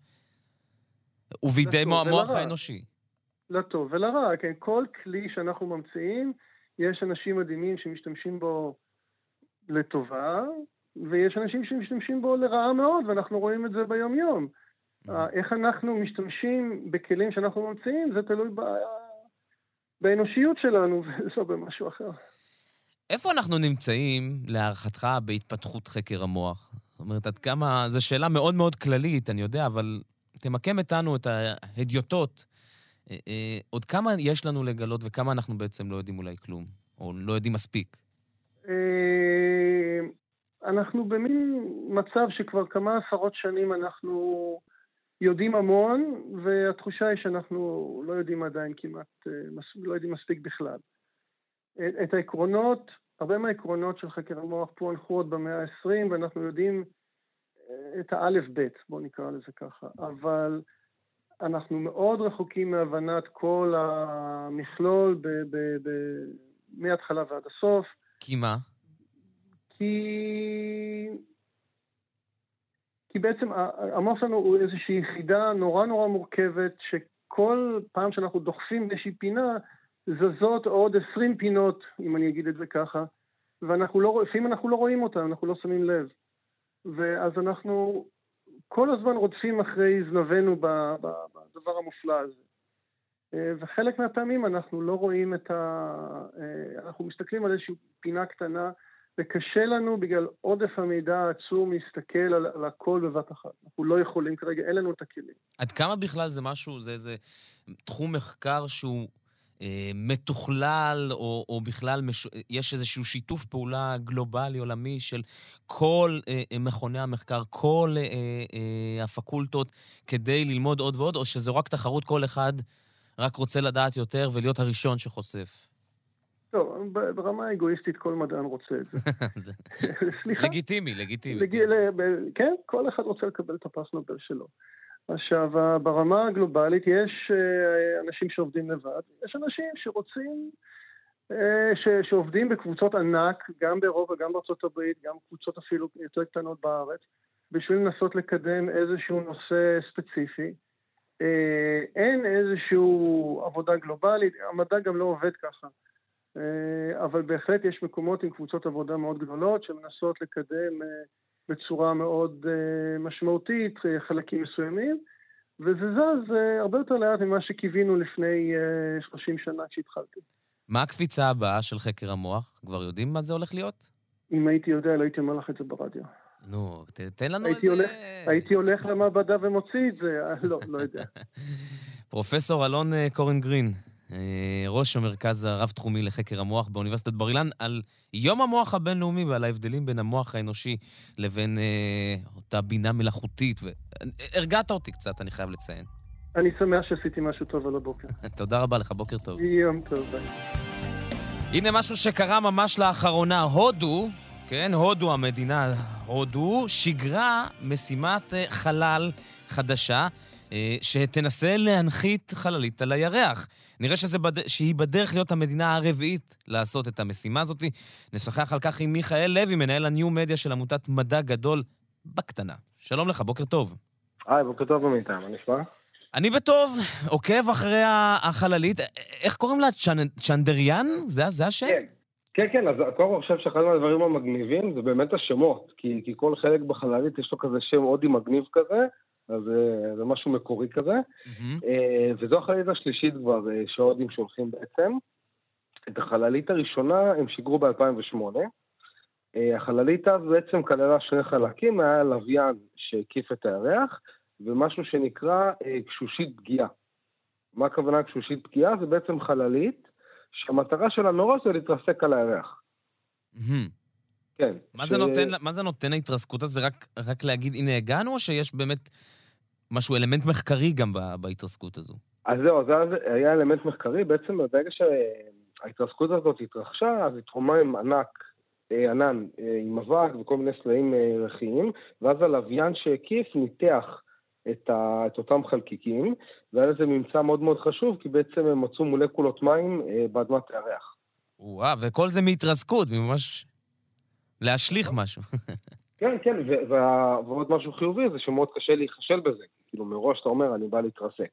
ובידי המוח האנושי. לטוב ולרע, כן, כל כלי שאנחנו ממציאים, יש אנשים מדהימים שמשתמשים בו לטובה, ויש אנשים שמשתמשים בו לרעה מאוד, ואנחנו רואים את זה ביום יום. איך אנחנו משתמשים בכלים שאנחנו ממציאים, זה תלוי באנושיות שלנו, ולא במשהו אחר. איפה אנחנו נמצאים, להערכתך, בהתפתחות חקר המוח? זאת אומרת, עד כמה, זו שאלה מאוד מאוד כללית, אני יודע, אבל תמקם איתנו את ההדיוטות. עוד כמה יש לנו לגלות, וכמה אנחנו בעצם לא יודעים אולי כלום, או לא יודעים מספיק? אנחנו במין מצב שכבר כמה עשרות שנים אנחנו יודעים המון, והתחושה היא שאנחנו לא יודעים עדיין כמעט, לא יודעים מספיק בכלל. את העקרונות, הרבה מהעקרונות של חקר המוח פוענחו עוד במאה ה-20, ואנחנו יודעים את האלף בית, בואו נקרא לזה ככה. אבל אנחנו מאוד רחוקים מהבנת כל המכלול מההתחלה ועד הסוף. כי מה? כי בעצם המוח שלנו הוא איזושהי יחידה נורא נורא מורכבת, שכל פעם שאנחנו דוחפים באיזושהי פינה, זזות עוד 20 פינות, אם אני אגיד את זה ככה, לפעמים אנחנו לא רואים אותם, אנחנו לא שמים לב. ואז אנחנו כל הזמן רודפים אחרי זנבנו בדבר המופלא הזה. וחלק מהפעמים אנחנו לא רואים אנחנו מסתכלים על איזושהי פינה קטנה, וקשה לנו בגלל עודף המידע העצום להסתכל על הכל בבת אחת. אנחנו לא יכולים כרגע, אין לנו את הכלים. עד כמה בכלל זה משהו, זה איזה תחום מחקר שהוא מתוכלל, או בכלל יש איזשהו שיתוף פעולה גלובלי עולמי של כל מכוני המחקר, כל הפקולטות, כדי ללמוד עוד ועוד, או שזו רק תחרות, כל אחד רק רוצה לדעת יותר ולהיות הראשון שחושף? טוב, ברמה האגואיסטית כל מדען רוצה את זה. סליחה? לגיטימי. כן, כל אחד רוצה לקבל את הפרס נובל שלו. עכשיו, ברמה הגלובלית יש אנשים שעובדים לבד, יש אנשים שרוצים, שעובדים בקבוצות ענק, גם באירופה, גם בארצות הברית, גם קבוצות אפילו יותר קטנות בארץ, בשביל לנסות לקדם איזשהו נושא ספציפי. אין איזשהו עבודה גלובלית, המדע גם לא עובד ככה. אבל בהחלט יש מקומות עם קבוצות עבודה מאוד גדולות שמנסות לקדם בצורה מאוד משמעותית חלקים מסוימים, וזה זז הרבה יותר לאט ממה שקיווינו לפני 30 שנה כשהתחלתי. מה הקפיצה הבאה של חקר המוח? כבר יודעים מה זה הולך להיות? אם הייתי יודע, לא הייתי אומר לך את זה ברדיו. נו, תן לנו איזה... הייתי הולך למעבדה ומוציא את זה, לא יודע. פרופסור אלון קורן-גרין, ראש המרכז הרב-תחומי לחקר המוח באוניברסיטת בר אילן, על יום המוח הבינלאומי ועל ההבדלים בין המוח האנושי לבין אותה בינה מלאכותית. הרגעת אותי קצת, אני חייב לציין. אני שמח שעשיתי משהו טוב על הבוקר. תודה רבה לך, בוקר טוב. יום טוב, ביי. הנה משהו שקרה ממש לאחרונה. הודו, כן, הודו המדינה, הודו, שיגרה משימת חלל חדשה, שתנסה להנחית חללית על הירח. נראה שהיא בדרך להיות המדינה הרביעית לעשות את המשימה הזאת. נשוחח על כך עם מיכאל לוי, מנהל הניו מדיה של עמותת מדע גדול בקטנה. שלום לך, בוקר טוב. היי, בוקר טוב במיטה, מה נשמע? אני בטוב, עוקב אחרי החללית. איך קוראים לה? צ'נדריאן? זה השם? כן, אז קודם כל חושב שאחד מהדברים המגניבים זה באמת השמות, כי כל חלק בחללית יש לו כזה שם הודי מגניב כזה, אז זה משהו מקורי כזה, וזו החללית השלישית כבר שההודים שולחים בעצם. את החללית הראשונה הם שיגרו ב-2008, החללית אז בעצם כללה שני חלקים, היה לוויין שהקיף את הירח, ומשהו שנקרא קשושית פגיעה. מה הכוונה קשושית פגיעה? זה בעצם חללית, שהמטרה שלה מראש זה להתרסק על הירח. כן. מה זה נותן ההתרסקות הזה? רק להגיד, הנה הגענו, או שיש באמת משהו, אלמנט מחקרי גם בהתרסקות הזו? אז זהו, זה היה אלמנט מחקרי. בעצם ברגע שההתרסקות הזאת התרחשה, אז התרומה עם ענן עם אבק וכל מיני סלעים רכיים, ואז הלוויין שהקיף ניתח את אותם חלקיקים, והיה לזה ממצא מאוד מאוד חשוב, כי בעצם הם מצאו מולקולות מים באדמת הירח. וואו, וכל זה מהתרסקות, ממש להשליך משהו. כן, ועוד משהו חיובי זה שמאוד קשה להיחשל בזה. כאילו מראש אתה אומר, אני בא להתרסק.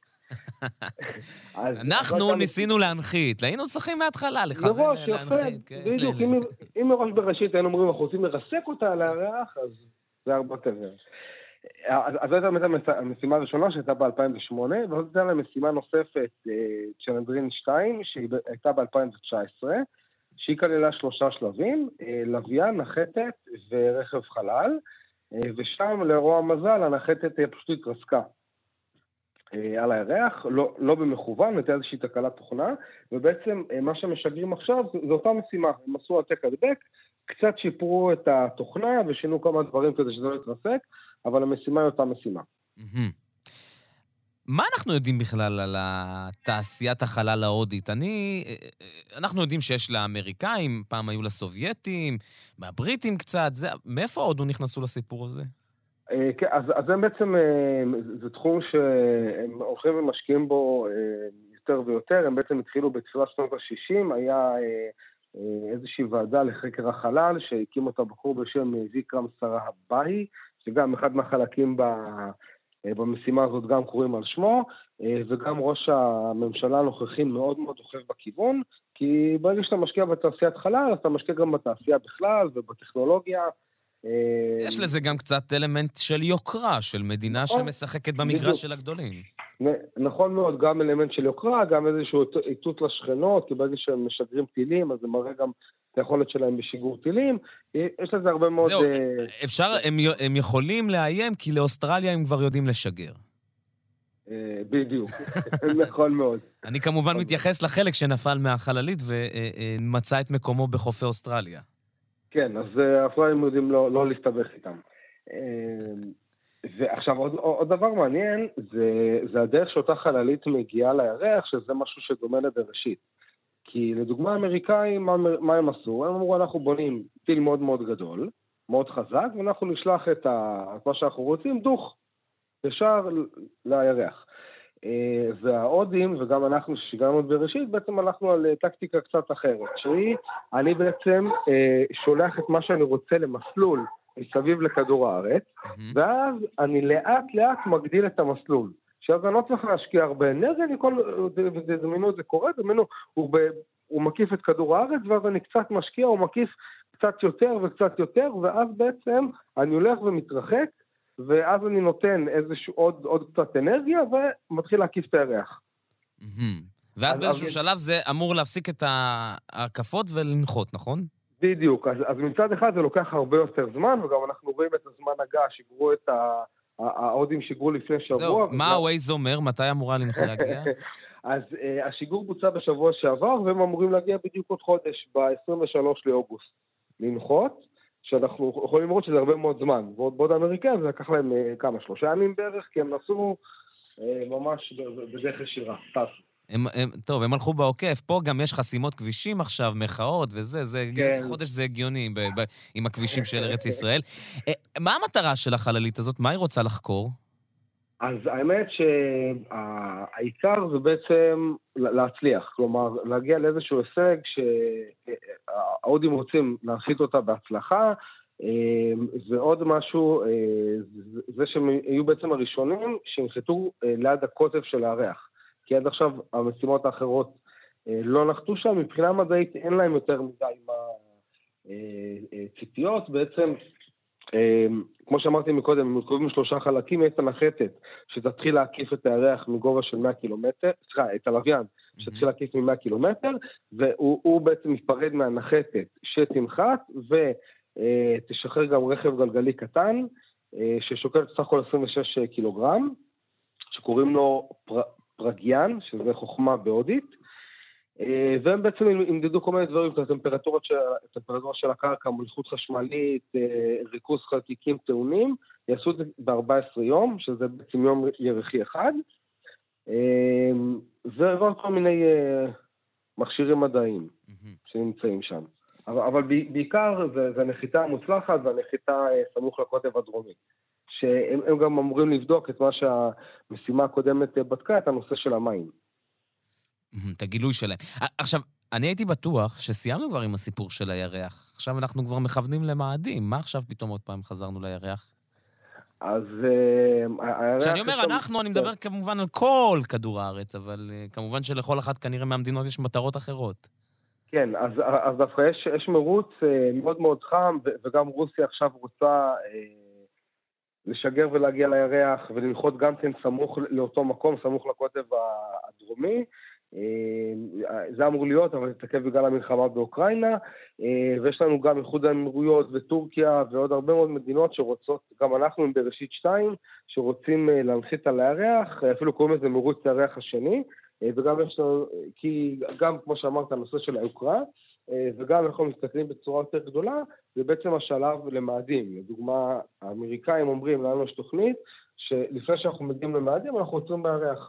אנחנו ניסינו להנחית, היינו צריכים מההתחלה לכוון להנחית. בדיוק, אם מראש בראשית היינו אומרים, אנחנו רוצים לרסק אותה על הירח, אז זה הרבה יותר. אז זו הייתה המשימה הראשונה שהייתה ב-2008, ואז הייתה לה משימה נוספת, צ'נדרין 2, שהייתה ב-2019, שהיא כללה 3 שלבים, לוויין, נחתת ורכב חלל, ושם לרוע המזל הנחתת פשוט התרסקה על הירח, לא במכוון, הייתה איזושהי תקלת תוכנה, ובעצם מה שמשגרים עכשיו זו אותה משימה, הם עשו העתק הדבק, קצת שיפרו את התוכנה ושינו כמה דברים כדי שזה לא יתרסק, אבל המשימה היא אותה משימה. מה אנחנו יודעים בכלל על תעשיית החלל ההודית? אנחנו יודעים שיש לאמריקאים, פעם היו לסובייטים, מהבריטים קצת, מאיפה הודו נכנסו לסיפור הזה? כן, אז הם בעצם, זה תחום שהם הולכים ומשקיעים בו יותר ויותר, הם בעצם התחילו בתחילת שנות ה-60, היה איזושהי ועדה לחקר החלל, שהקים אותה בחור בשם ויקרם סרהבאי, שגם אחד מהחלקים במשימה הזאת גם קוראים על שמו, וגם ראש הממשלה הנוכחי מאוד מאוד דוחף בכיוון, כי ברגע שאתה משקיע בתעשיית חלל, אז אתה משקיע גם בתעשייה בכלל ובטכנולוגיה. יש לזה גם קצת אלמנט של יוקרה, של מדינה שמשחקת במגרש של הגדולים. נכון מאוד, גם אלמנט של יוקרה, גם איזשהו איתות לשכנות, כי ברגע שהם משגרים טילים, אז זה מראה גם את היכולת שלהם בשיגור טילים. יש לזה הרבה מאוד... זהו, הם יכולים לאיים, כי לאוסטרליה הם כבר יודעים לשגר. בדיוק, נכון מאוד. אני כמובן מתייחס לחלק שנפל מהחללית ומצא את מקומו בחופי אוסטרליה. כן, אז האוסטרלים יודעים לא להסתבך איתם. ועכשיו, עוד דבר מעניין, זה הדרך שאותה חללית מגיעה לירח, שזה משהו שדומה לבראשית. כי לדוגמה האמריקאים, מה הם עשו? הם אמרו, אנחנו בונים טיל מאוד מאוד גדול, מאוד חזק, ואנחנו נשלח את מה שאנחנו רוצים, דוך, ישר לירח. וההודים, וגם אנחנו ששיגרנו את בראשית, בעצם הלכנו על טקטיקה קצת אחרת, שהיא, אני בעצם שולח את מה שאני רוצה למסלול מסביב לכדור הארץ, ואז אני לאט לאט מגדיל את המסלול. שאז אני לא צריך להשקיע הרבה אנרגיה, וזמינו את זה קורה, זמינו, הוא מקיף את כדור הארץ, ואז אני קצת משקיע, הוא מקיף קצת יותר וקצת יותר, ואז בעצם אני הולך ומתרחק, ואז אני נותן איזשהו עוד קצת אנרגיה, ומתחיל להקיף את הירח. ואז באיזשהו שלב זה אמור להפסיק את ההקפות ולנחות, נכון? בדיוק, אז מצד אחד זה לוקח הרבה יותר זמן, וגם אנחנו רואים את הזמן הגעה, שיגרו את ההודים שיגרו לפני שבוע. זהו, מה הווייז אומר? מתי אמורה להגיע? אז השיגור בוצע בשבוע שעבר, והם אמורים להגיע בדיוק עוד חודש, ב-23 לאוגוסט, לנחות, שאנחנו יכולים לראות שזה הרבה מאוד זמן. ועוד האמריקאים זה לקח להם 3 ימים בערך, כי הם נסעו ממש בדרך ישירה, טסו. טוב, הם הלכו בעוקף, פה גם יש חסימות כבישים עכשיו, מחאות וזה, חודש זה הגיוני עם הכבישים של ארץ ישראל. מה המטרה של החללית הזאת? מה היא רוצה לחקור? אז האמת שהעיקר זה בעצם להצליח, כלומר להגיע לאיזשהו הישג שההודים רוצים להנחית אותה בהצלחה, ועוד משהו, זה שהם יהיו בעצם הראשונים שהנחתו ליד הקוטב של הירח. כי עד עכשיו המשימות האחרות לא נחתו שם, מבחינה מדעית אין להם יותר מדי עם הציפיות, בעצם, כמו שאמרתי מקודם, הם מתקרבים 3 חלקים, יש את הנחתת שתתחיל להקיף את הירח מגובה של 100 קילומטר, את הלוויין שתתחיל להקיף מ-100 קילומטר, והוא בעצם מתפרד מהנחתת שתנחת, ותשחרר גם רכב גלגלי קטן, ששוקל סך הכל 26 קילוגרם, שקוראים לו פרגיאן, שזה חוכמה בהודית, והם בעצם ימדדו כל מיני דברים, את הטמפרטורה של הקרקע, מוליכות חשמלית, ריכוז חלקיקים טעונים, יעשו את זה ב-14 יום, שזה בעצם יום ירחי אחד, ועוד כל מיני מכשירים מדעיים שנמצאים שם. אבל בעיקר זה הנחיתה המוצלחת והנחיתה סמוך לקוטב הדרומי. שהם גם אמורים לבדוק את מה שהמשימה הקודמת בדקה, את הנושא של המים. את הגילוי שלהם. עכשיו, אני הייתי בטוח שסיימנו כבר עם הסיפור של הירח. עכשיו אנחנו כבר מכוונים למאדים. מה עכשיו פתאום עוד פעם חזרנו לירח? אז כשאני אומר אנחנו, אני מדבר כמובן על כל כדור הארץ, אבל כמובן שלכל אחת כנראה מהמדינות יש מטרות אחרות. כן, אז דווקא יש מרוץ מאוד מאוד חם, וגם רוסיה עכשיו רוצה לשגר ולהגיע לירח ולנחות גם כן סמוך לאותו מקום, סמוך לקוטב הדרומי. זה אמור להיות, אבל נתעכב בגלל המלחמה באוקראינה, ויש לנו גם איחוד האמירויות וטורקיה ועוד הרבה מאוד מדינות שרוצות, גם אנחנו עם בראשית 2, שרוצים להנחית על הירח, אפילו קוראים לזה מרוץ הירח השני, וגם יש לנו, כי גם כמו שאמרת, הנושא של היוקרה, וגם אנחנו מסתכלים בצורה יותר גדולה, זה בעצם השלב למאדים. לדוגמה, האמריקאים אומרים, לנו יש תוכנית, שלפני שאנחנו מגיעים למאדים, אנחנו עוצרים בירח.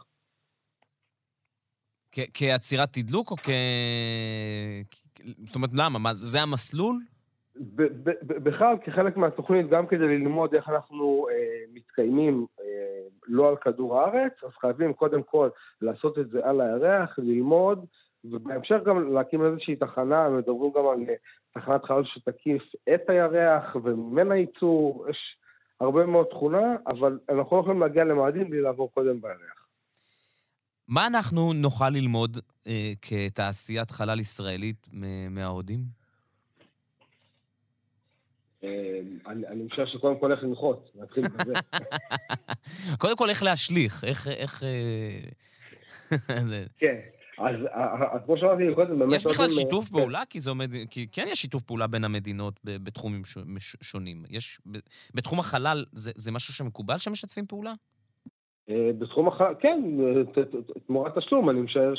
כעצירת תדלוק או זאת אומרת, למה? זה המסלול? בכלל, כחלק מהתוכנית, גם כדי ללמוד איך אנחנו מתקיימים לא על כדור הארץ, אז חייבים קודם כל לעשות את זה על הירח, ללמוד, ובהמשך גם להקים איזושהי תחנה, מדברים גם על תחנת חלל שתקיף את הירח וממנה ייצור, יש הרבה מאוד תכונה, אבל אנחנו לא יכולים להגיע למאדים בלי לעבור קודם בירח. מה אנחנו נוכל ללמוד כתעשיית חלל ישראלית מההודים? אני חושב שקודם כל איך לנחות, נתחיל בזה. קודם כל איך להשליך, איך... כן, אז כמו שאמרתי, באמת... יש בכלל שיתוף פעולה? כי כן יש שיתוף פעולה בין המדינות בתחומים שונים. בתחום החלל זה משהו שמקובל שמשתפים פעולה? בתחום החלל, כן, תמורת תשלום, אני משער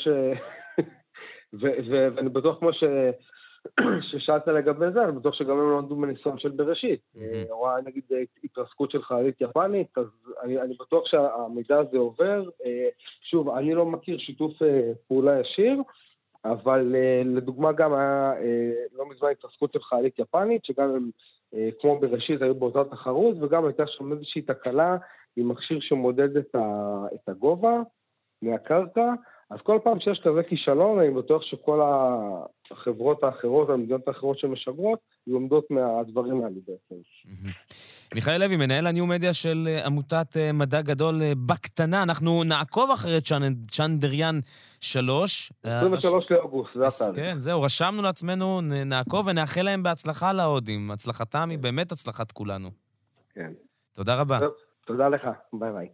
ואני בטוח כמו ששאלת לגבי זה, אני בטוח שגם הם לא עמדו בניסיון של בראשית. רואה נגיד התרסקות של חללית יפנית, אז אני בטוח שהמידע הזה עובר. שוב, אני לא מכיר שיתוף פעולה ישיר, אבל לדוגמה גם היה לא מזמן התרסקות של חללית יפנית, שגם הם כמו בראשית היו באותה תחרות, וגם הייתה שם איזושהי תקלה עם מכשיר שמודד את הגובה מהקרקע. אז כל פעם שיש כזה כישלון, אני בטוח שכל החברות האחרות, המדינות האחרות שמשגרות, יעמדות מהדברים האלה בעצם. מיכאל לוי, מנהל הניו-מדיה של עמותת מדע גדול בקטנה. אנחנו נעקוב אחרי צ'נדריאן 3. 23 לאוגוסט, זה התאריך. כן, זהו, רשמנו לעצמנו, נעקוב ונאחל להם בהצלחה להודים. הצלחתם היא באמת הצלחת כולנו. כן. תודה רבה. תודה לך, ביי ביי.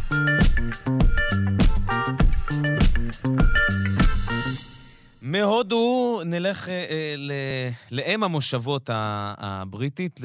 מהודו נלך לאם המושבות הבריטית,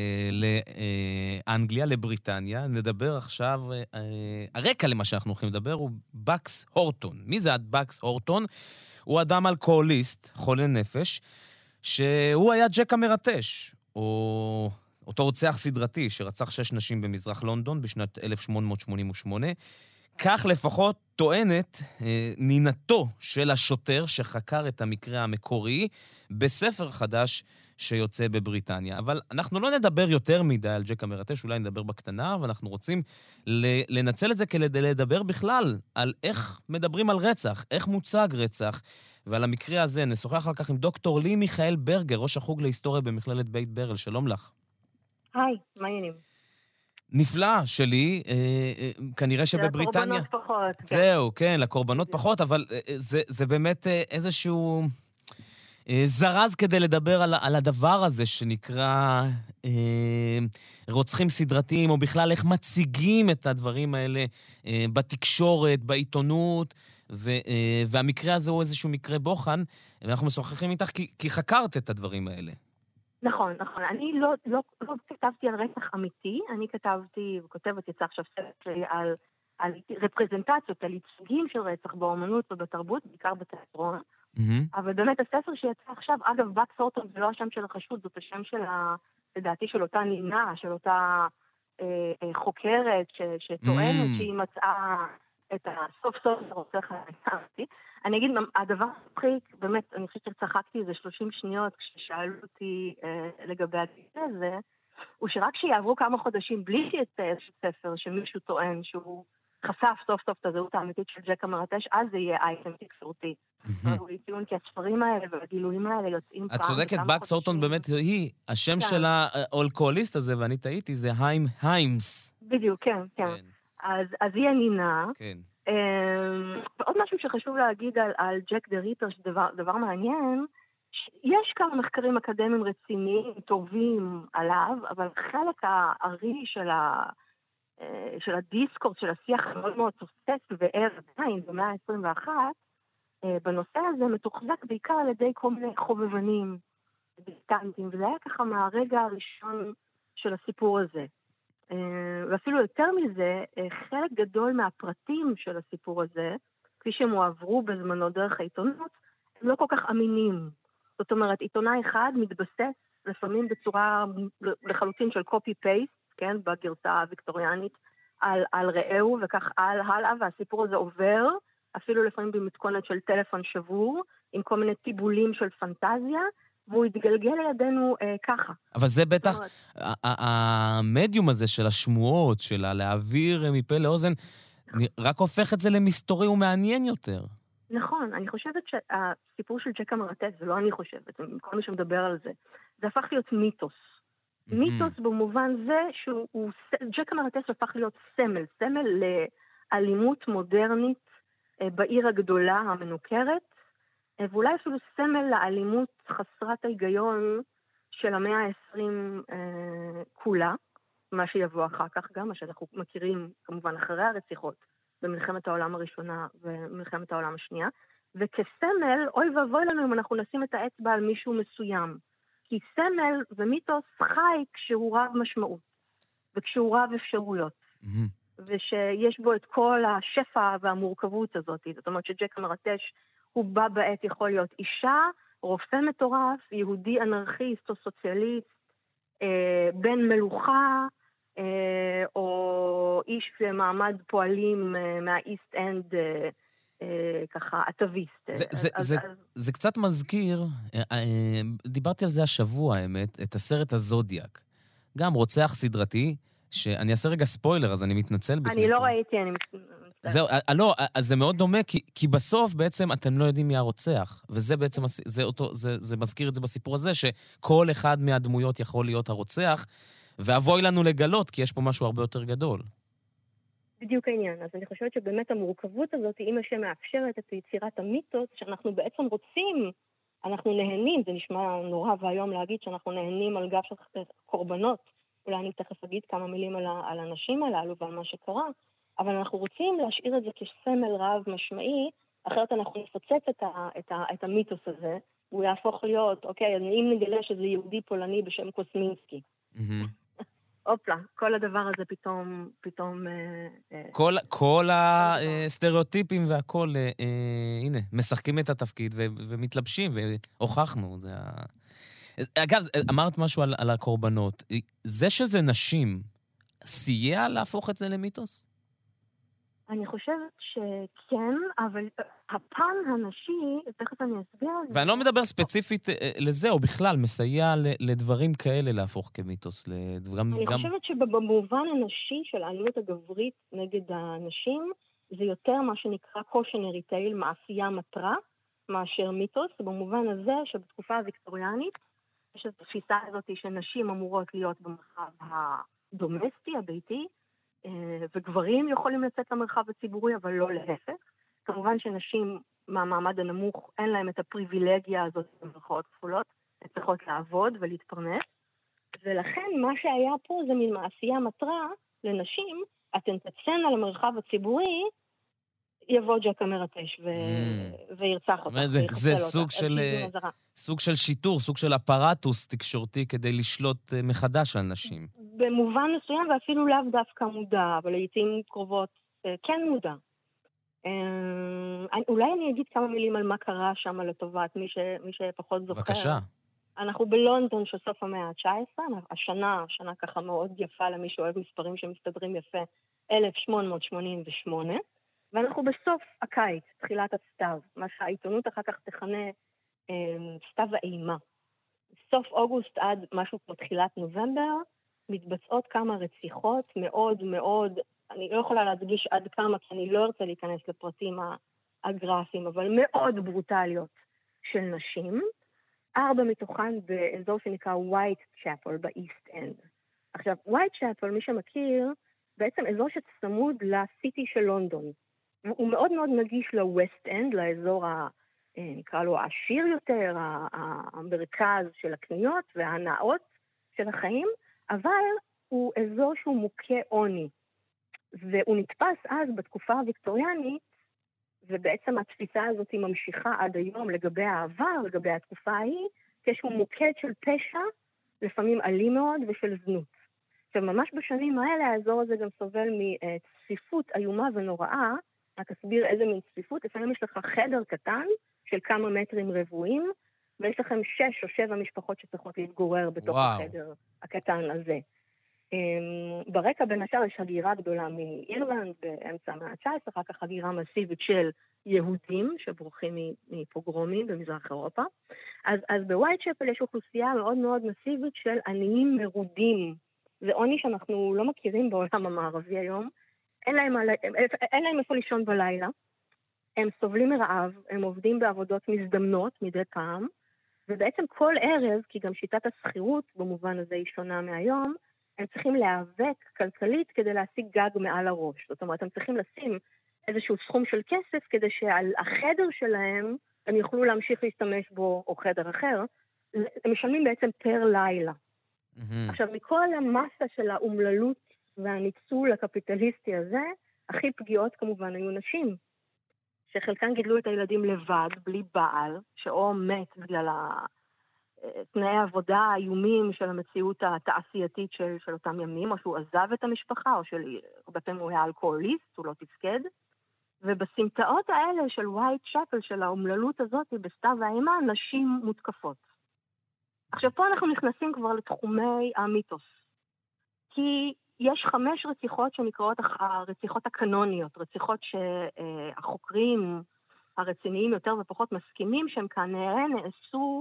לאנגליה, לבריטניה. נדבר עכשיו, הרקע למה שאנחנו הולכים לדבר הוא בקס הורטון. מי זה בקס הורטון? הוא אדם אלכוהוליסט, חולה נפש, שהוא היה ג'ק המרטש, או אותו רוצח סדרתי שרצח 6 נשים במזרח לונדון בשנת 1888. כך לפחות טוענת נינתו של השוטר שחקר את המקרה המקורי בספר חדש שיוצא בבריטניה. אבל אנחנו לא נדבר יותר מדי על ג'ק המרטש, אולי נדבר בקטנה, ואנחנו רוצים לנצל את זה כדי לדבר בכלל על איך מדברים על רצח, איך מוצג רצח, ועל המקרה הזה נשוחח על כך עם דוקטור לי מיכאל ברגר, ראש החוג להיסטוריה במכללת בית ברל. שלום לך. היי, מה העניינים? נפלא שלי, כנראה שבבריטניה... לקורבנות פחות. זהו, כן, לקורבנות פחות, אבל זה באמת איזשהו זרז כדי לדבר על הדבר הזה שנקרא רוצחים סדרתיים, או בכלל איך מציגים את הדברים האלה בתקשורת, בעיתונות, והמקרה הזה הוא איזשהו מקרה בוחן, ואנחנו משוחחים איתך כי חקרת את הדברים האלה. נכון, נכון. אני לא כתבתי על רצח אמיתי, אני כתבתי וכותבת, יצא עכשיו ספר על רפרזנטציות, על ייצוגים של רצח באומנות ובתרבות, בעיקר בתיאטרון. אבל באמת הספר שיצא עכשיו, אגב, בקס הורטון זה לא השם של החשוד, זאת השם של, לדעתי, של אותה נינה, של אותה חוקרת שטוענת שהיא מצאה את הסוף סוף הרוצח האמיתי. אני אגיד, הדבר מצחיק, באמת, אני חושבת שצחקתי איזה 30 שניות כששאלו אותי לגבי הדבר הזה, הוא שרק שיעברו כמה חודשים בלי שיצא איזשהו ספר שמישהו טוען שהוא חשף סוף סוף את הזהות האמיתית של ג'ק המרטש, אז זה יהיה אייטם תקשורתי. הוא טיעון כי הספרים האלה והגילויים האלה יוצאים פעם. את צודקת, בקס הורטון באמת היא, השם של האלכוהוליסט הזה, ואני טעיתי, זה היימס. בדיוק, כן, כן. אז היא הנינה. כן. ועוד משהו שחשוב להגיד על ג'ק דה ריפר, שדבר מעניין, יש כמה מחקרים אקדמיים רציניים, טובים עליו, אבל חלק הארי של הדיסקורס, של השיח מאוד מאוד תוסס וער עדיין במאה ה-21, בנושא הזה מתוחזק בעיקר על ידי כל מיני חובבנים, דיסטנטים, וזה היה ככה מהרגע הראשון של הסיפור הזה. ואפילו יותר מזה, חלק גדול מהפרטים של הסיפור הזה, כפי שהם הועברו בזמנו דרך העיתונות, הם לא כל כך אמינים. זאת אומרת, עיתונאי אחד מתבסס לפעמים בצורה לחלוטין של copy-paste, כן, בגרסה הוויקטוריאנית, על רעהו וכך הלאה, והסיפור הזה עובר, אפילו לפעמים במתכונת של טלפון שבור, עם כל מיני טיבולים של פנטזיה, והוא יתגלגל לידינו ככה. אבל זה בטח, המדיום הזה של השמועות, של להעביר מפה לאוזן, רק הופך את זה למסתורי ומעניין יותר. נכון, אני חושבת שהסיפור של ג'ק המרטס, זה לא אני חושבת, כל מי שמדבר על זה, זה הפך להיות מיתוס. מיתוס במובן זה ג'ק המרטס הפך להיות סמל לאלימות מודרנית בעיר הגדולה המנוכרת, ואולי אפילו סמל לאלימות חסרת ההיגיון של המאה ה-20 כולה, מה שיבוא אחר כך גם, מה שאנחנו מכירים כמובן אחרי הרציחות, במלחמת העולם הראשונה ומלחמת העולם השנייה, וכסמל, אוי ואבוי לנו אם אנחנו נשים את האצבע על מישהו מסוים. כי סמל ומיתוס חי כשהוא רב משמעות, וכשהוא רב אפשרויות, ושיש בו את כל השפע והמורכבות הזאת. זאת אומרת שג'ק המרטש הוא בא בעת יכול להיות אישה, רופא מטורף, יהודי אנרכיסט או סוציאליסט, בן מלוכה, או איש מעמד פועלים מהאיסט אנד, ככה, אטביסט. זה קצת מזכיר, דיברתי על זה השבוע, האמת, את הסרט הזודיאק. גם רוצח סדרתי, שאני אעשה רגע ספוילר, אז אני מתנצל בפני. אני לא ראיתי, אני מתנצל. זהו, לא, אז זה מאוד דומה, כי בסוף בעצם אתם לא יודעים מי הרוצח, וזה בעצם, זה מזכיר את זה בסיפור הזה, שכל אחד מהדמויות יכול להיות הרוצח, ואבוי לנו לגלות, כי יש פה משהו הרבה יותר גדול. בדיוק העניין. אז אני חושבת שבאמת המורכבות הזאת היא מה שמאפשרת את יצירת המיתוס, שאנחנו בעצם רוצים, אנחנו נהנים, זה נשמע נורא והיום להגיד שאנחנו נהנים על גב של קורבנות, אולי אני תכף אגיד כמה מילים על האנשים הללו ועל מה שקרה, אבל אנחנו רוצים להשאיר את זה כסמל רב משמעי, אחרת אנחנו נפוצץ את המיתוס הזה, והוא יהפוך להיות, אוקיי, אם נגלה שזה יהודי פולני בשם קוסמינסקי. אופלה, כל הדבר הזה פתאום... כל הסטריאוטיפים והכל, הנה, משחקים את התפקיד ומתלבשים, והוכחנו. אגב, אמרת משהו על הקורבנות. זה שזה נשים, סייע להפוך את זה למיתוס? אני חושבת שכן, אבל הפן הנשי, תכף אני אסביר. ואני לא מדבר ספציפית לזה, או בכלל, מסייע לדברים כאלה להפוך כמיתוס. אני חושבת שבמובן הנשי של האלימות הגברית נגד הנשים, זה יותר מה שנקרא cautionary tale, מעשייה מטרה, מאשר מיתוס, במובן הזה שבתקופה הוויקטוריאנית, יש את התפיסה הזאת שנשים אמורות להיות במרחב הדומסטי, הביתי, וגברים יכולים לצאת למרחב הציבורי, אבל לא להפך. כמובן שנשים מהמעמד הנמוך אין להם את הפריבילגיה הזאת במרכאות כפולות, הן צריכות לעבוד ולהתפרנס, ולכן מה שהיה פה זה מין מעשייה מטרה לנשים, אתן תצאנה למרחב הציבורי, יבוא ג'ק המרטש וירצח אותך. זה סוג של שיטור, סוג של אפרטוס תקשורתי כדי לשלוט מחדש על נשים. במובן מסוים, ואפילו לאו דווקא מודע, אבל לעתים קרובות כן מודע. אולי אני אגיד כמה מילים על מה קרה שם לטובת מי שפחות זוכר. בבקשה. אנחנו בלונדון של סוף המאה ה-19, השנה ככה מאוד יפה למי שאוהב מספרים שמסתדרים יפה, 1888, ואנחנו בסוף הקיץ, תחילת הסתיו, מה שהעיתונות אחר כך תכנה סתיו האימה. סוף אוגוסט עד משהו כמו תחילת נובמבר, מתבצעות כמה רציחות מאוד מאוד, אני לא יכולה להדגיש עד כמה, כי אני לא ארצה להיכנס לפרטים הגרפיים, אבל מאוד ברוטליות של נשים, 4 מתוכן באזור שנקרא Whitechapel, באיסט אנד. עכשיו, Whitechapel, מי שמכיר, בעצם אזור שצמוד לסיטי של לונדון. הוא מאוד מאוד נגיש לווסט אנד, לאזור נקרא לו העשיר יותר, המרכז של הקניות וההנאות של החיים, אבל הוא אזור שהוא מוכה עוני. והוא נתפס אז בתקופה הוויקטוריאנית, ובעצם התפיסה הזאת היא ממשיכה עד היום לגבי העבר, לגבי התקופה ההיא, כשהוא מוקד של פשע, לפעמים אלים מאוד ושל זנות. עכשיו, ממש בשנים האלה האזור הזה גם סובל מצפיפות איומה ונוראה, רק אסביר איזה מין צפיפות, לפעמים יש לך חדר קטן של כמה מטרים רבועים, ויש לכם 6 או 7 משפחות שצריכות להתגורר בתוך החדר הקטן הזה. ברקע בין השאר יש הגירה גדולה מאירלנד באמצע המאה ה-19, אחר כך הגירה מסיבית של יהודים שבורחים מפוגרומים במזרח אירופה. אז בווייטשפל יש אוכלוסייה מאוד מאוד מסיבית של עניים מרודים. זה עוני שאנחנו לא מכירים בעולם המערבי היום. אין להם איפה לישון בלילה. הם סובלים מרעב, הם עובדים בעבודות מזדמנות מדי פעם, ובעצם כל ערב, כי גם שיטת הסחירות במובן הזה היא שונה מהיום, הם צריכים להיאבק כלכלית כדי להשיג גג מעל הראש. זאת אומרת, הם צריכים לשים איזשהו סכום של כסף כדי שעל החדר שלהם הם יוכלו להמשיך להשתמש בו או חדר אחר. הם משלמים בעצם פר לילה. עכשיו, מכל המסה של האומללות והניצול הקפיטליסטי הזה, הכי פגיעות כמובן היו נשים, שחלקן גידלו את הילדים לבד, בלי בעל, שאו מת בגלל תנאי העבודה האיומים של המציאות התעשייתית של אותם ימים, או שהוא עזב את המשפחה, או הרבה פעמים הוא היה אלכוהוליסט, הוא לא תפקד. ובסמטאות האלה של ווייטשפל, של האומללות הזאת, בסתיו האימה, נשים מותקפות. עכשיו פה אנחנו נכנסים כבר לתחומי המיתוס. כי יש 5 רציחות שנקראות הרציחות הקנוניות, רציחות שהחוקרים הרציניים יותר ופחות מסכימים שהם כנראה נעשו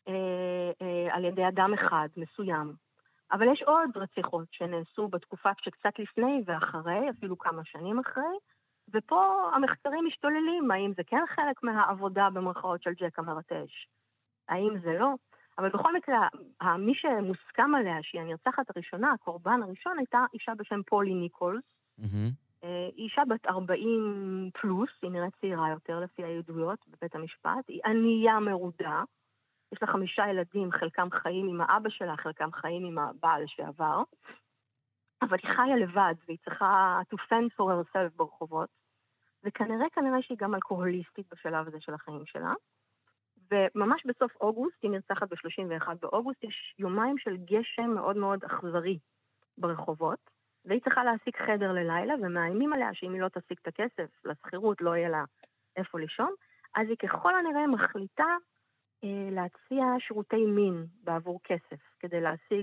על ידי אדם אחד מסוים. אבל יש עוד רציחות שנעשו בתקופה שקצת לפני ואחרי, אפילו כמה שנים אחרי, ופה המחקרים משתוללים, האם זה כן חלק מהעבודה במרכאות של ג'ק המרטש, האם זה לא. אבל בכל מקרה, מי שמוסכם עליה שהיא הנרצחת הראשונה, הקורבן הראשון, הייתה אישה בשם פולי ניקולס. אישה בת 40 פלוס, היא נראית צעירה יותר לפי העדויות בבית המשפט, היא ענייה מרודה, יש לה 5 ילדים, חלקם חיים עם האבא שלה, חלקם חיים עם הבעל שעבר, אבל היא חיה לבד, והיא צריכה to fend for herself ברחובות, וכנראה שהיא גם אלכוהוליסטית בשלב הזה של החיים שלה, וממש בסוף אוגוסט, היא נרצחת ב-31 באוגוסט, יש יומיים של גשם מאוד מאוד אכזרי ברחובות, והיא צריכה להשיג חדר ללילה, ומאיימים עליה שאם היא לא תשיג את הכסף לסחירות, לא יהיה לה איפה לישון, אז היא ככל הנראה מחליטה להציע שירותי מין בעבור כסף, כדי להשיג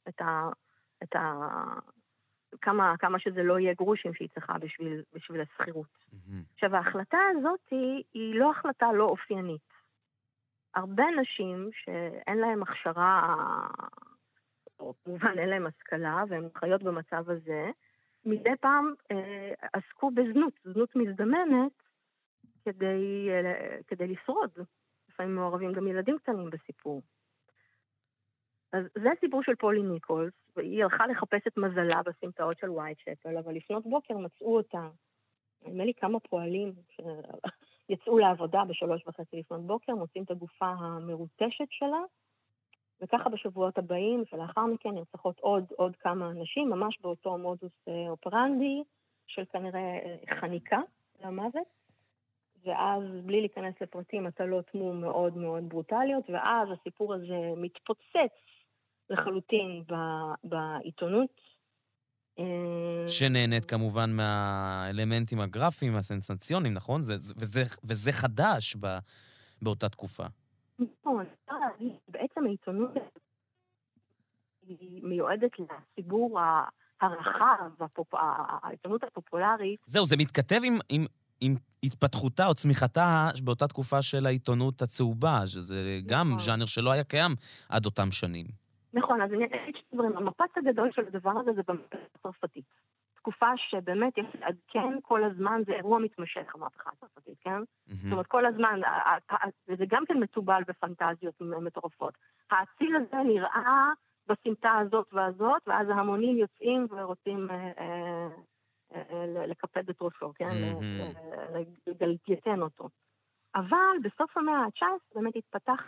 כמה שזה לא יהיה גרושים שהיא צריכה בשביל הסחירות. עכשיו, ההחלטה הזאת היא לא החלטה לא אופיינית. הרבה נשים שאין להם הכשרה, או כמובן אין להם השכלה, והן חיות במצב הזה, מדי פעם עסקו זנות מזדמנת, כדי לשרוד. לפעמים מעורבים גם ילדים קטנים בסיפור. אז זה הסיפור של פולי ניקולס, והיא הלכה לחפש את מזלה בסמטאות של ווייטשפל, אבל לפנות בוקר מצאו אותה. נדמה לי כמה פועלים שיצאו לעבודה ב3:30 לפנות בוקר, מוצאים את הגופה המרוטשת שלה, וככה בשבועות הבאים, שלאחר מכן נרצחות עוד כמה אנשים, ממש באותו מודוס אופרנדי, של כנראה חניקה למוות. ואז בלי להיכנס לפרטים, הטלות מום מאוד מאוד ברוטליות, ואז הסיפור הזה מתפוצץ לחלוטין בעיתונות. שנהנית כמובן מהאלמנטים הגרפיים, הסנסציוניים, נכון? וזה חדש באותה תקופה. נכון, בעצם העיתונות היא מיועדת לציבור הרחב, העיתונות הפופולרית. זהו, זה מתכתב עם התפתחותה או צמיחתה באותה תקופה של העיתונות הצהובה, שזה גם ז'אנר שלא היה קיים עד אותם שנים. נכון, אז אני אגיד שדברים, המפץ הגדול של הדבר הזה זה במהפכה הצרפתית. תקופה שבאמת יש לעדכן כל הזמן, זה אירוע מתמשך, המהפכה הצרפתית, כן? זאת אומרת, כל הזמן, וזה גם כן מטובל בפנטזיות מטורפות. האציל הזה נראה בסמטה הזאת והזאת, ואז ההמונים יוצאים ורוצים לקפד את ראשו, כן? לגלגייתן אותו. אבל בסוף המאה ה-19 באמת התפתח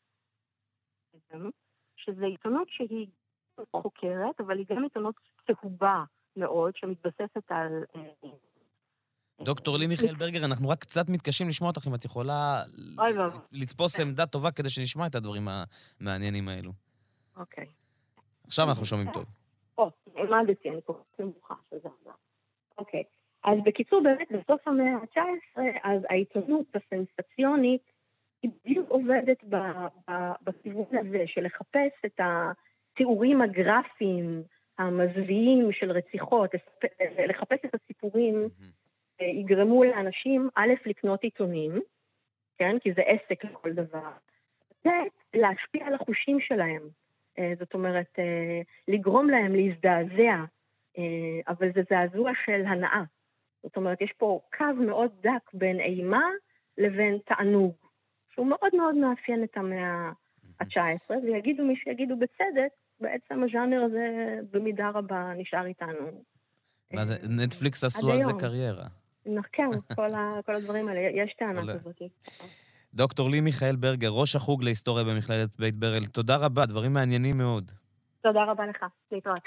שזו עיתונות שהיא חוקרת, אבל היא גם עיתונות צהובה מאוד, שמתבססת על... דוקטור לי מיכאל ברגר, אנחנו רק קצת מתקשים לשמוע אותך, אם את יכולה לתפוס עמדה טובה כדי שנשמע את הדברים המעניינים האלו. אוקיי. עכשיו אנחנו שומעים טוב. עמדתי, אני קוראת נמוכה, שזה עזר. אוקיי. אז בקיצור, באמת, בסוף המאה ה-19, אז העיתונות הסנסציונית היא בדיוק עובדת בכיוון הזה, של לחפש את התיאורים הגרפיים, המזוויעים של רציחות, לחפש את הסיפורים, יגרמו לאנשים, א', לקנות עיתונים, כן? כי זה עסק לכל דבר. זה להשפיע על החושים שלהם. זאת אומרת, לגרום להם להזדעזע, אבל זה זעזוע של הנאה. זאת אומרת, יש פה קו מאוד דק בין אימה לבין תענוג, שהוא מאוד מאוד מאפיין את המאה ה-19, ויגידו מי שיגידו בצדק, בעצם הז'אנר הזה במידה רבה נשאר איתנו. מה זה, נטפליקס עשו על זה קריירה. כן, כל הדברים האלה, יש טענה כזאת. דוקטור לי מיכאל ברגר, ראש החוג להיסטוריה במכללת בית ברל, תודה רבה, דברים מעניינים מאוד. תודה רבה לך, להתראות.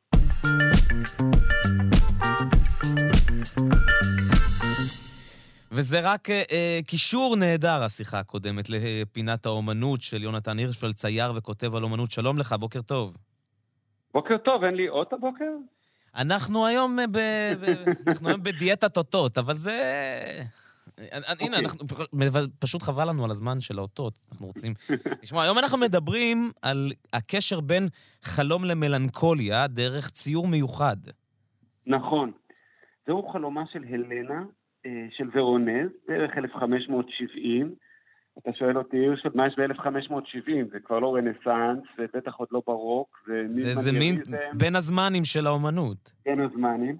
וזה רק קישור נהדר, השיחה הקודמת, לפינת האומנות של יונתן הירשפלד, צייר וכותב על אומנות. שלום לך, בוקר טוב. בוקר טוב, אין לי אות הבוקר? אנחנו היום בדיאטת אותות, אבל זה... הנה, פשוט חבל לנו על הזמן של האותות. אנחנו רוצים... תשמע, היום אנחנו מדברים על הקשר בין חלום למלנכוליה דרך ציור מיוחד. נכון. זהו חלומה של הלנה, של ורונז, בערך 1570. אתה שואל אותי, מה יש ב-1570? זה כבר לא רנסנס, זה בטח עוד לא ברוק. זה מין בין הזמנים של האומנות. בין הזמנים.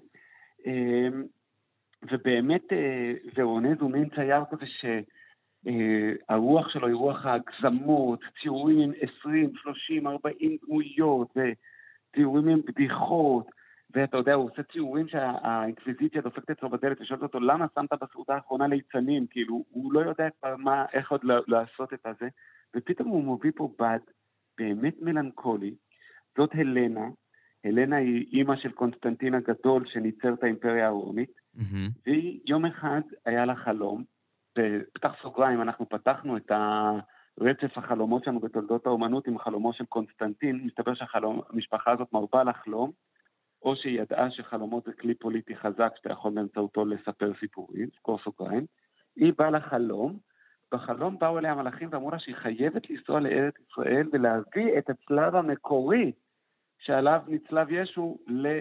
ובאמת ורונז הוא מין צייר כזה שהרוח שלו היא רוח ההגזמות, ציורים 20, 30, 40 דמויות, ציורים עם בדיחות, ואתה יודע, הוא עושה ציורים שהאינקוויזיציה דופקת אצלו בדלת ושואלת אותו, למה שמת בסעודה האחרונה ליצנים? כאילו, הוא לא יודע איך עוד לעשות את זה, ופתאום הוא מוביל פה בד באמת מלנכולי, זאת הלנה, הלנה היא אימא של קונסטנטין הגדול שניצר את האימפריה הרומית, והיא יום אחד היה לה חלום, בפתח סוגריים אנחנו פתחנו את רצף החלומות שלנו בתולדות האומנות עם חלומו של קונסטנטין, מסתבר שהמשפחה הזאת מרבה לחלום, או שהיא ידעה שחלומות זה כלי פוליטי חזק שאתה יכול באמצעותו לספר סיפורים, סגור סוגריים, היא באה לחלום, בחלום באו אליה המלאכים ואמרו לה שהיא חייבת לנסוע לארץ ישראל ולהביא את הצלב המקורי שעליו נצלב ישו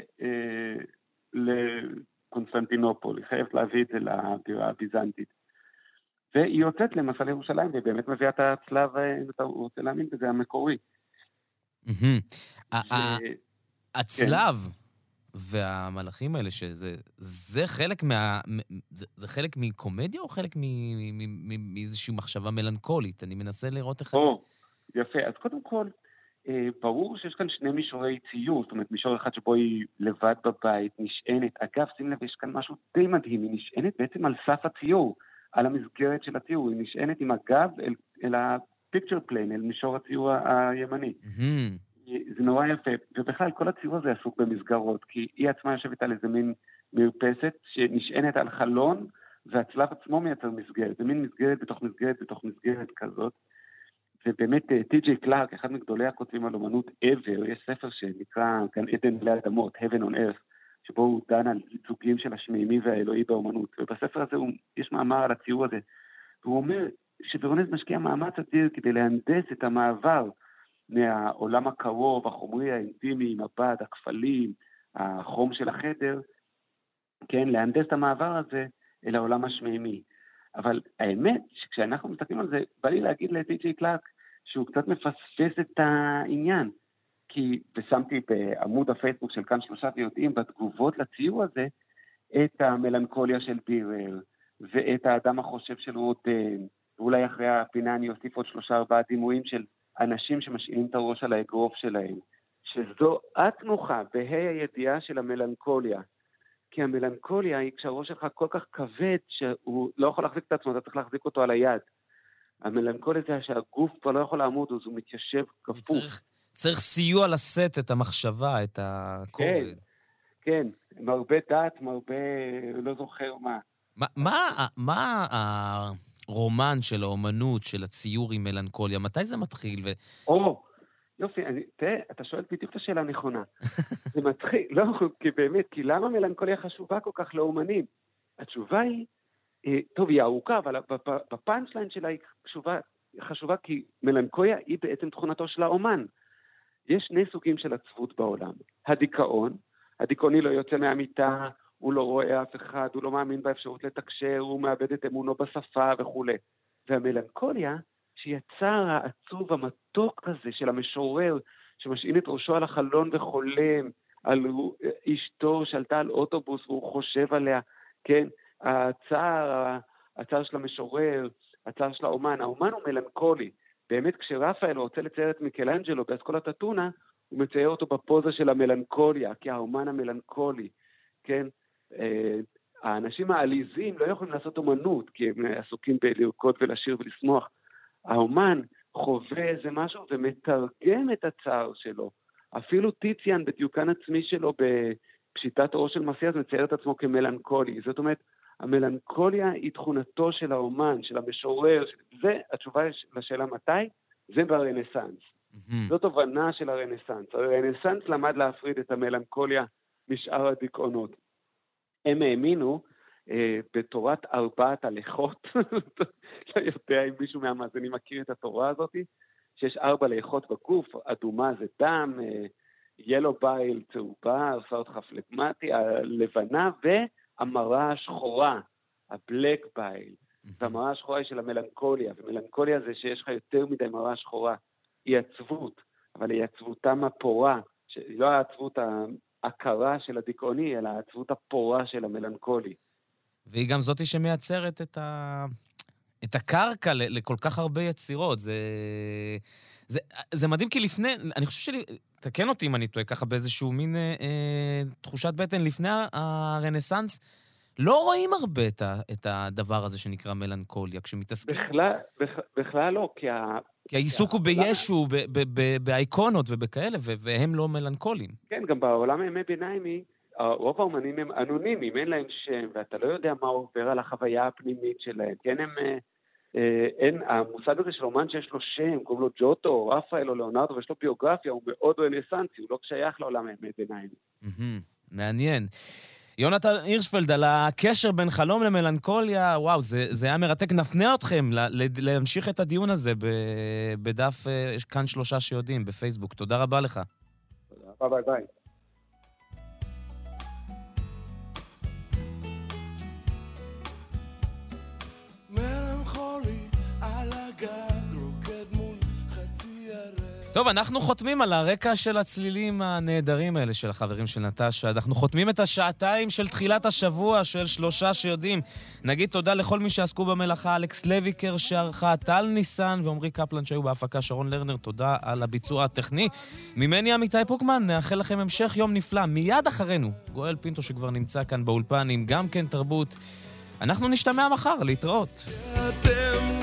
לקונסטנטינופול, היא חייבת להביא את זה לבירה הביזנטית. והיא יוצאת למסע לירושלים, והיא באמת מביאה את הצלב, אם אתה רוצה להאמין בזה, המקורי. הצלב והמלאכים האלה, זה חלק מקומדיה או חלק מאיזושהי מחשבה מלנכולית? אני מנסה לראות איך... יפה, אז קודם כל, ברור שיש כאן שני מישורי ציור, זאת אומרת, מישור אחד שבו היא לבד בבית, נשענת. אגב, שים לב, יש כאן משהו די מדהים, היא נשענת בעצם על סף הציור, על המסגרת של הציור, היא נשענת עם הגב אל הפיקצ'ר פליין, אל מישור הציור הימני. זה נורא יפה, ובכלל כל הציור הזה עסוק במסגרות, כי היא עצמה יושבת על איזה מין מרפסת שנשענת על חלון, והצלב עצמו מייצר מסגרת, זה מין מסגרת בתוך מסגרת בתוך מסגרת כזאת, ובאמת טי.ג'יי קלארק, אחד מגדולי הכותבים על אומנות ever, יש ספר שנקרא גן עדן עלי אדמות, Heaven on Earth, שבו הוא דן על ייצוגים של השמימי והאלוהי באומנות, ובספר הזה יש מאמר על הציור הזה, והוא אומר שוורונז משקיע מאמץ אדיר כדי להנדס את המעבר מהעולם הקרוב, החומרי, האינטימי, עם הבד, הכפלים, החום של החדר, כן, להנדס את המעבר הזה אל העולם השמימי. אבל האמת, שכשאנחנו מסתכלים על זה, בא לי להגיד לטי.ג'יי קלארק, שהוא קצת מפספס את העניין. כי, ושמתי בעמוד הפייסבוק של כאן שלושה ויודעים, בתגובות לציור הזה, את המלנכוליה של בירר, ואת האדם החושב של רודן, ואולי אחרי הפינה אני אוסיף עוד 3-4 דימויים של אנשים שמשאילים את הראש על האגרוף שלהם, שזו את נוחה בהי הידיעה של המלנכוליה, כי המלנכוליה היא כשהראש שלך כל כך כבד שהוא לא יכול להחזיק את עצמו, אתה צריך להחזיק אותו על היד. המלנכוליה זה שהגוף כבר לא יכול לעמוד, אז הוא מתיישב כפוף. צריך סיוע לשאת את המחשבה, את הכובד. כן, מרבה דת, מרבה לא זוכר מה. מה הרומן של האומנות, של הציור עם מלנכוליה? מתי זה מתחיל? יופי, תראה, אתה שואל בדיוק את השאלה הנכונה. זה מתחיל, לא, כי באמת, כי למה מלנכוליה חשובה כל כך לאומנים? התשובה היא, טוב, היא ארוכה, אבל בפאנצ'ליין שלה היא חשובה כי מלנכוליה היא בעצם תכונתו של האומן. יש שני סוגים של עצבות בעולם. הדיכאוני לא יוצא מהמיטה, הוא לא רואה אף אחד, הוא לא מאמין באפשרות לתקשר, הוא מאבד את אמונו בשפה וכו'. והמלנכוליה, שיצר העצוב המתוק הזה של המשורר, שמשעין את ראשו על החלון וחולם, על אשתו שעלתה על אוטובוס והוא חושב עליה, כן? הצער של המשורר, הצער של האומן הוא מלנכולי. באמת כשרפאל רוצה לצייר את מיקלאנג'לו באסקולת אתונה, הוא מצייר אותו בפוזה של המלנכוליה, כי האומן המלנכולי, כן? האנשים העליזים לא יכולים לעשות אומנות, כי הם עסוקים בלרקוד ולשיר ולשמוח. האומן חווה איזה משהו ומתרגם את הצער שלו. אפילו טיציאן בדיוקן עצמי שלו בפשיטת אור של מסיאס מצייר את עצמו כמלנכולי. זאת אומרת, המלנכוליה היא תכונתו של האומן, של המשורר. זה התשובה לשאלה מתי, זה ברנסנס. זאת תובנה של הרנסנס. הרנסנס למד להפריד את המלנכוליה משאר הדיכאונות. הם האמינו בתורת 4 הליכות, לא יודע אם מישהו מהמאזינים מכיר את התורה הזאת, שיש 4 ליכות בגוף, אדומה זה דם, ילו בייל צהובה, סרטחה פלגמטי, הלבנה והמרה השחורה, הבלק בייל. והמרה השחורה היא של המלנכוליה, ומלנכוליה זה שיש לך יותר מדי מרה שחורה, היא עצבות, אבל היא עצבותם הפורה, לא העצבות ההכרה של הדיכאוני, אלא העצבות הפורה של המלנכולי. והיא גם זאתי שמייצרת את הקרקע לכל כך הרבה יצירות. זה מדהים כי לפני, אני חושב תקן אותי אם אני טועה ככה באיזשהו מין תחושת בטן, לפני הרנסנס, לא רואים הרבה את הדבר הזה שנקרא מלנכוליה, כשמתעסקים. בכלל לא, כי העיסוק הוא בישו, באיקונות ובכאלה, והם לא מלנכולים. כן, גם בעולם הימי ביניימי, רוב האומנים הם אנונימיים, אין להם שם, ואתה לא יודע מה עובר על החוויה הפנימית שלהם. כן, אין, המושג הזה של אומן שיש לו שם, קוראים לו ג'וטו, או רפאל, או ליאונרדו, ויש לו ביוגרפיה, הוא מאוד רנסנסי, הוא לא שייך לעולם הימי ביניימי. מעניין. יונתן הירשפלד, על הקשר בין חלום למלנכוליה, וואו, זה היה מרתק. נפנה אתכם להמשיך את הדיון הזה בדף כאן 3 שיודעים בפייסבוק. תודה רבה לך. תודה רבה, ביי. טוב, אנחנו חותמים על הרקע של הצלילים הנהדרים האלה של החברים של נטשה. אנחנו חותמים את השעתיים של תחילת השבוע של 3 שיודעים. נגיד תודה לכל מי שעסקו במלאכה, אלכס לויקר שערכה, טל ניסן ועומרי קפלן שהיו בהפקה, שרון לרנר, תודה על הביצוע הטכני. ממני עמיתי פוקמן, נאחל לכם המשך יום נפלא. מיד אחרינו, גואל פינטו שכבר נמצא כאן באולפן עם גם כן תרבות. אנחנו נשתמע מחר, להתראות.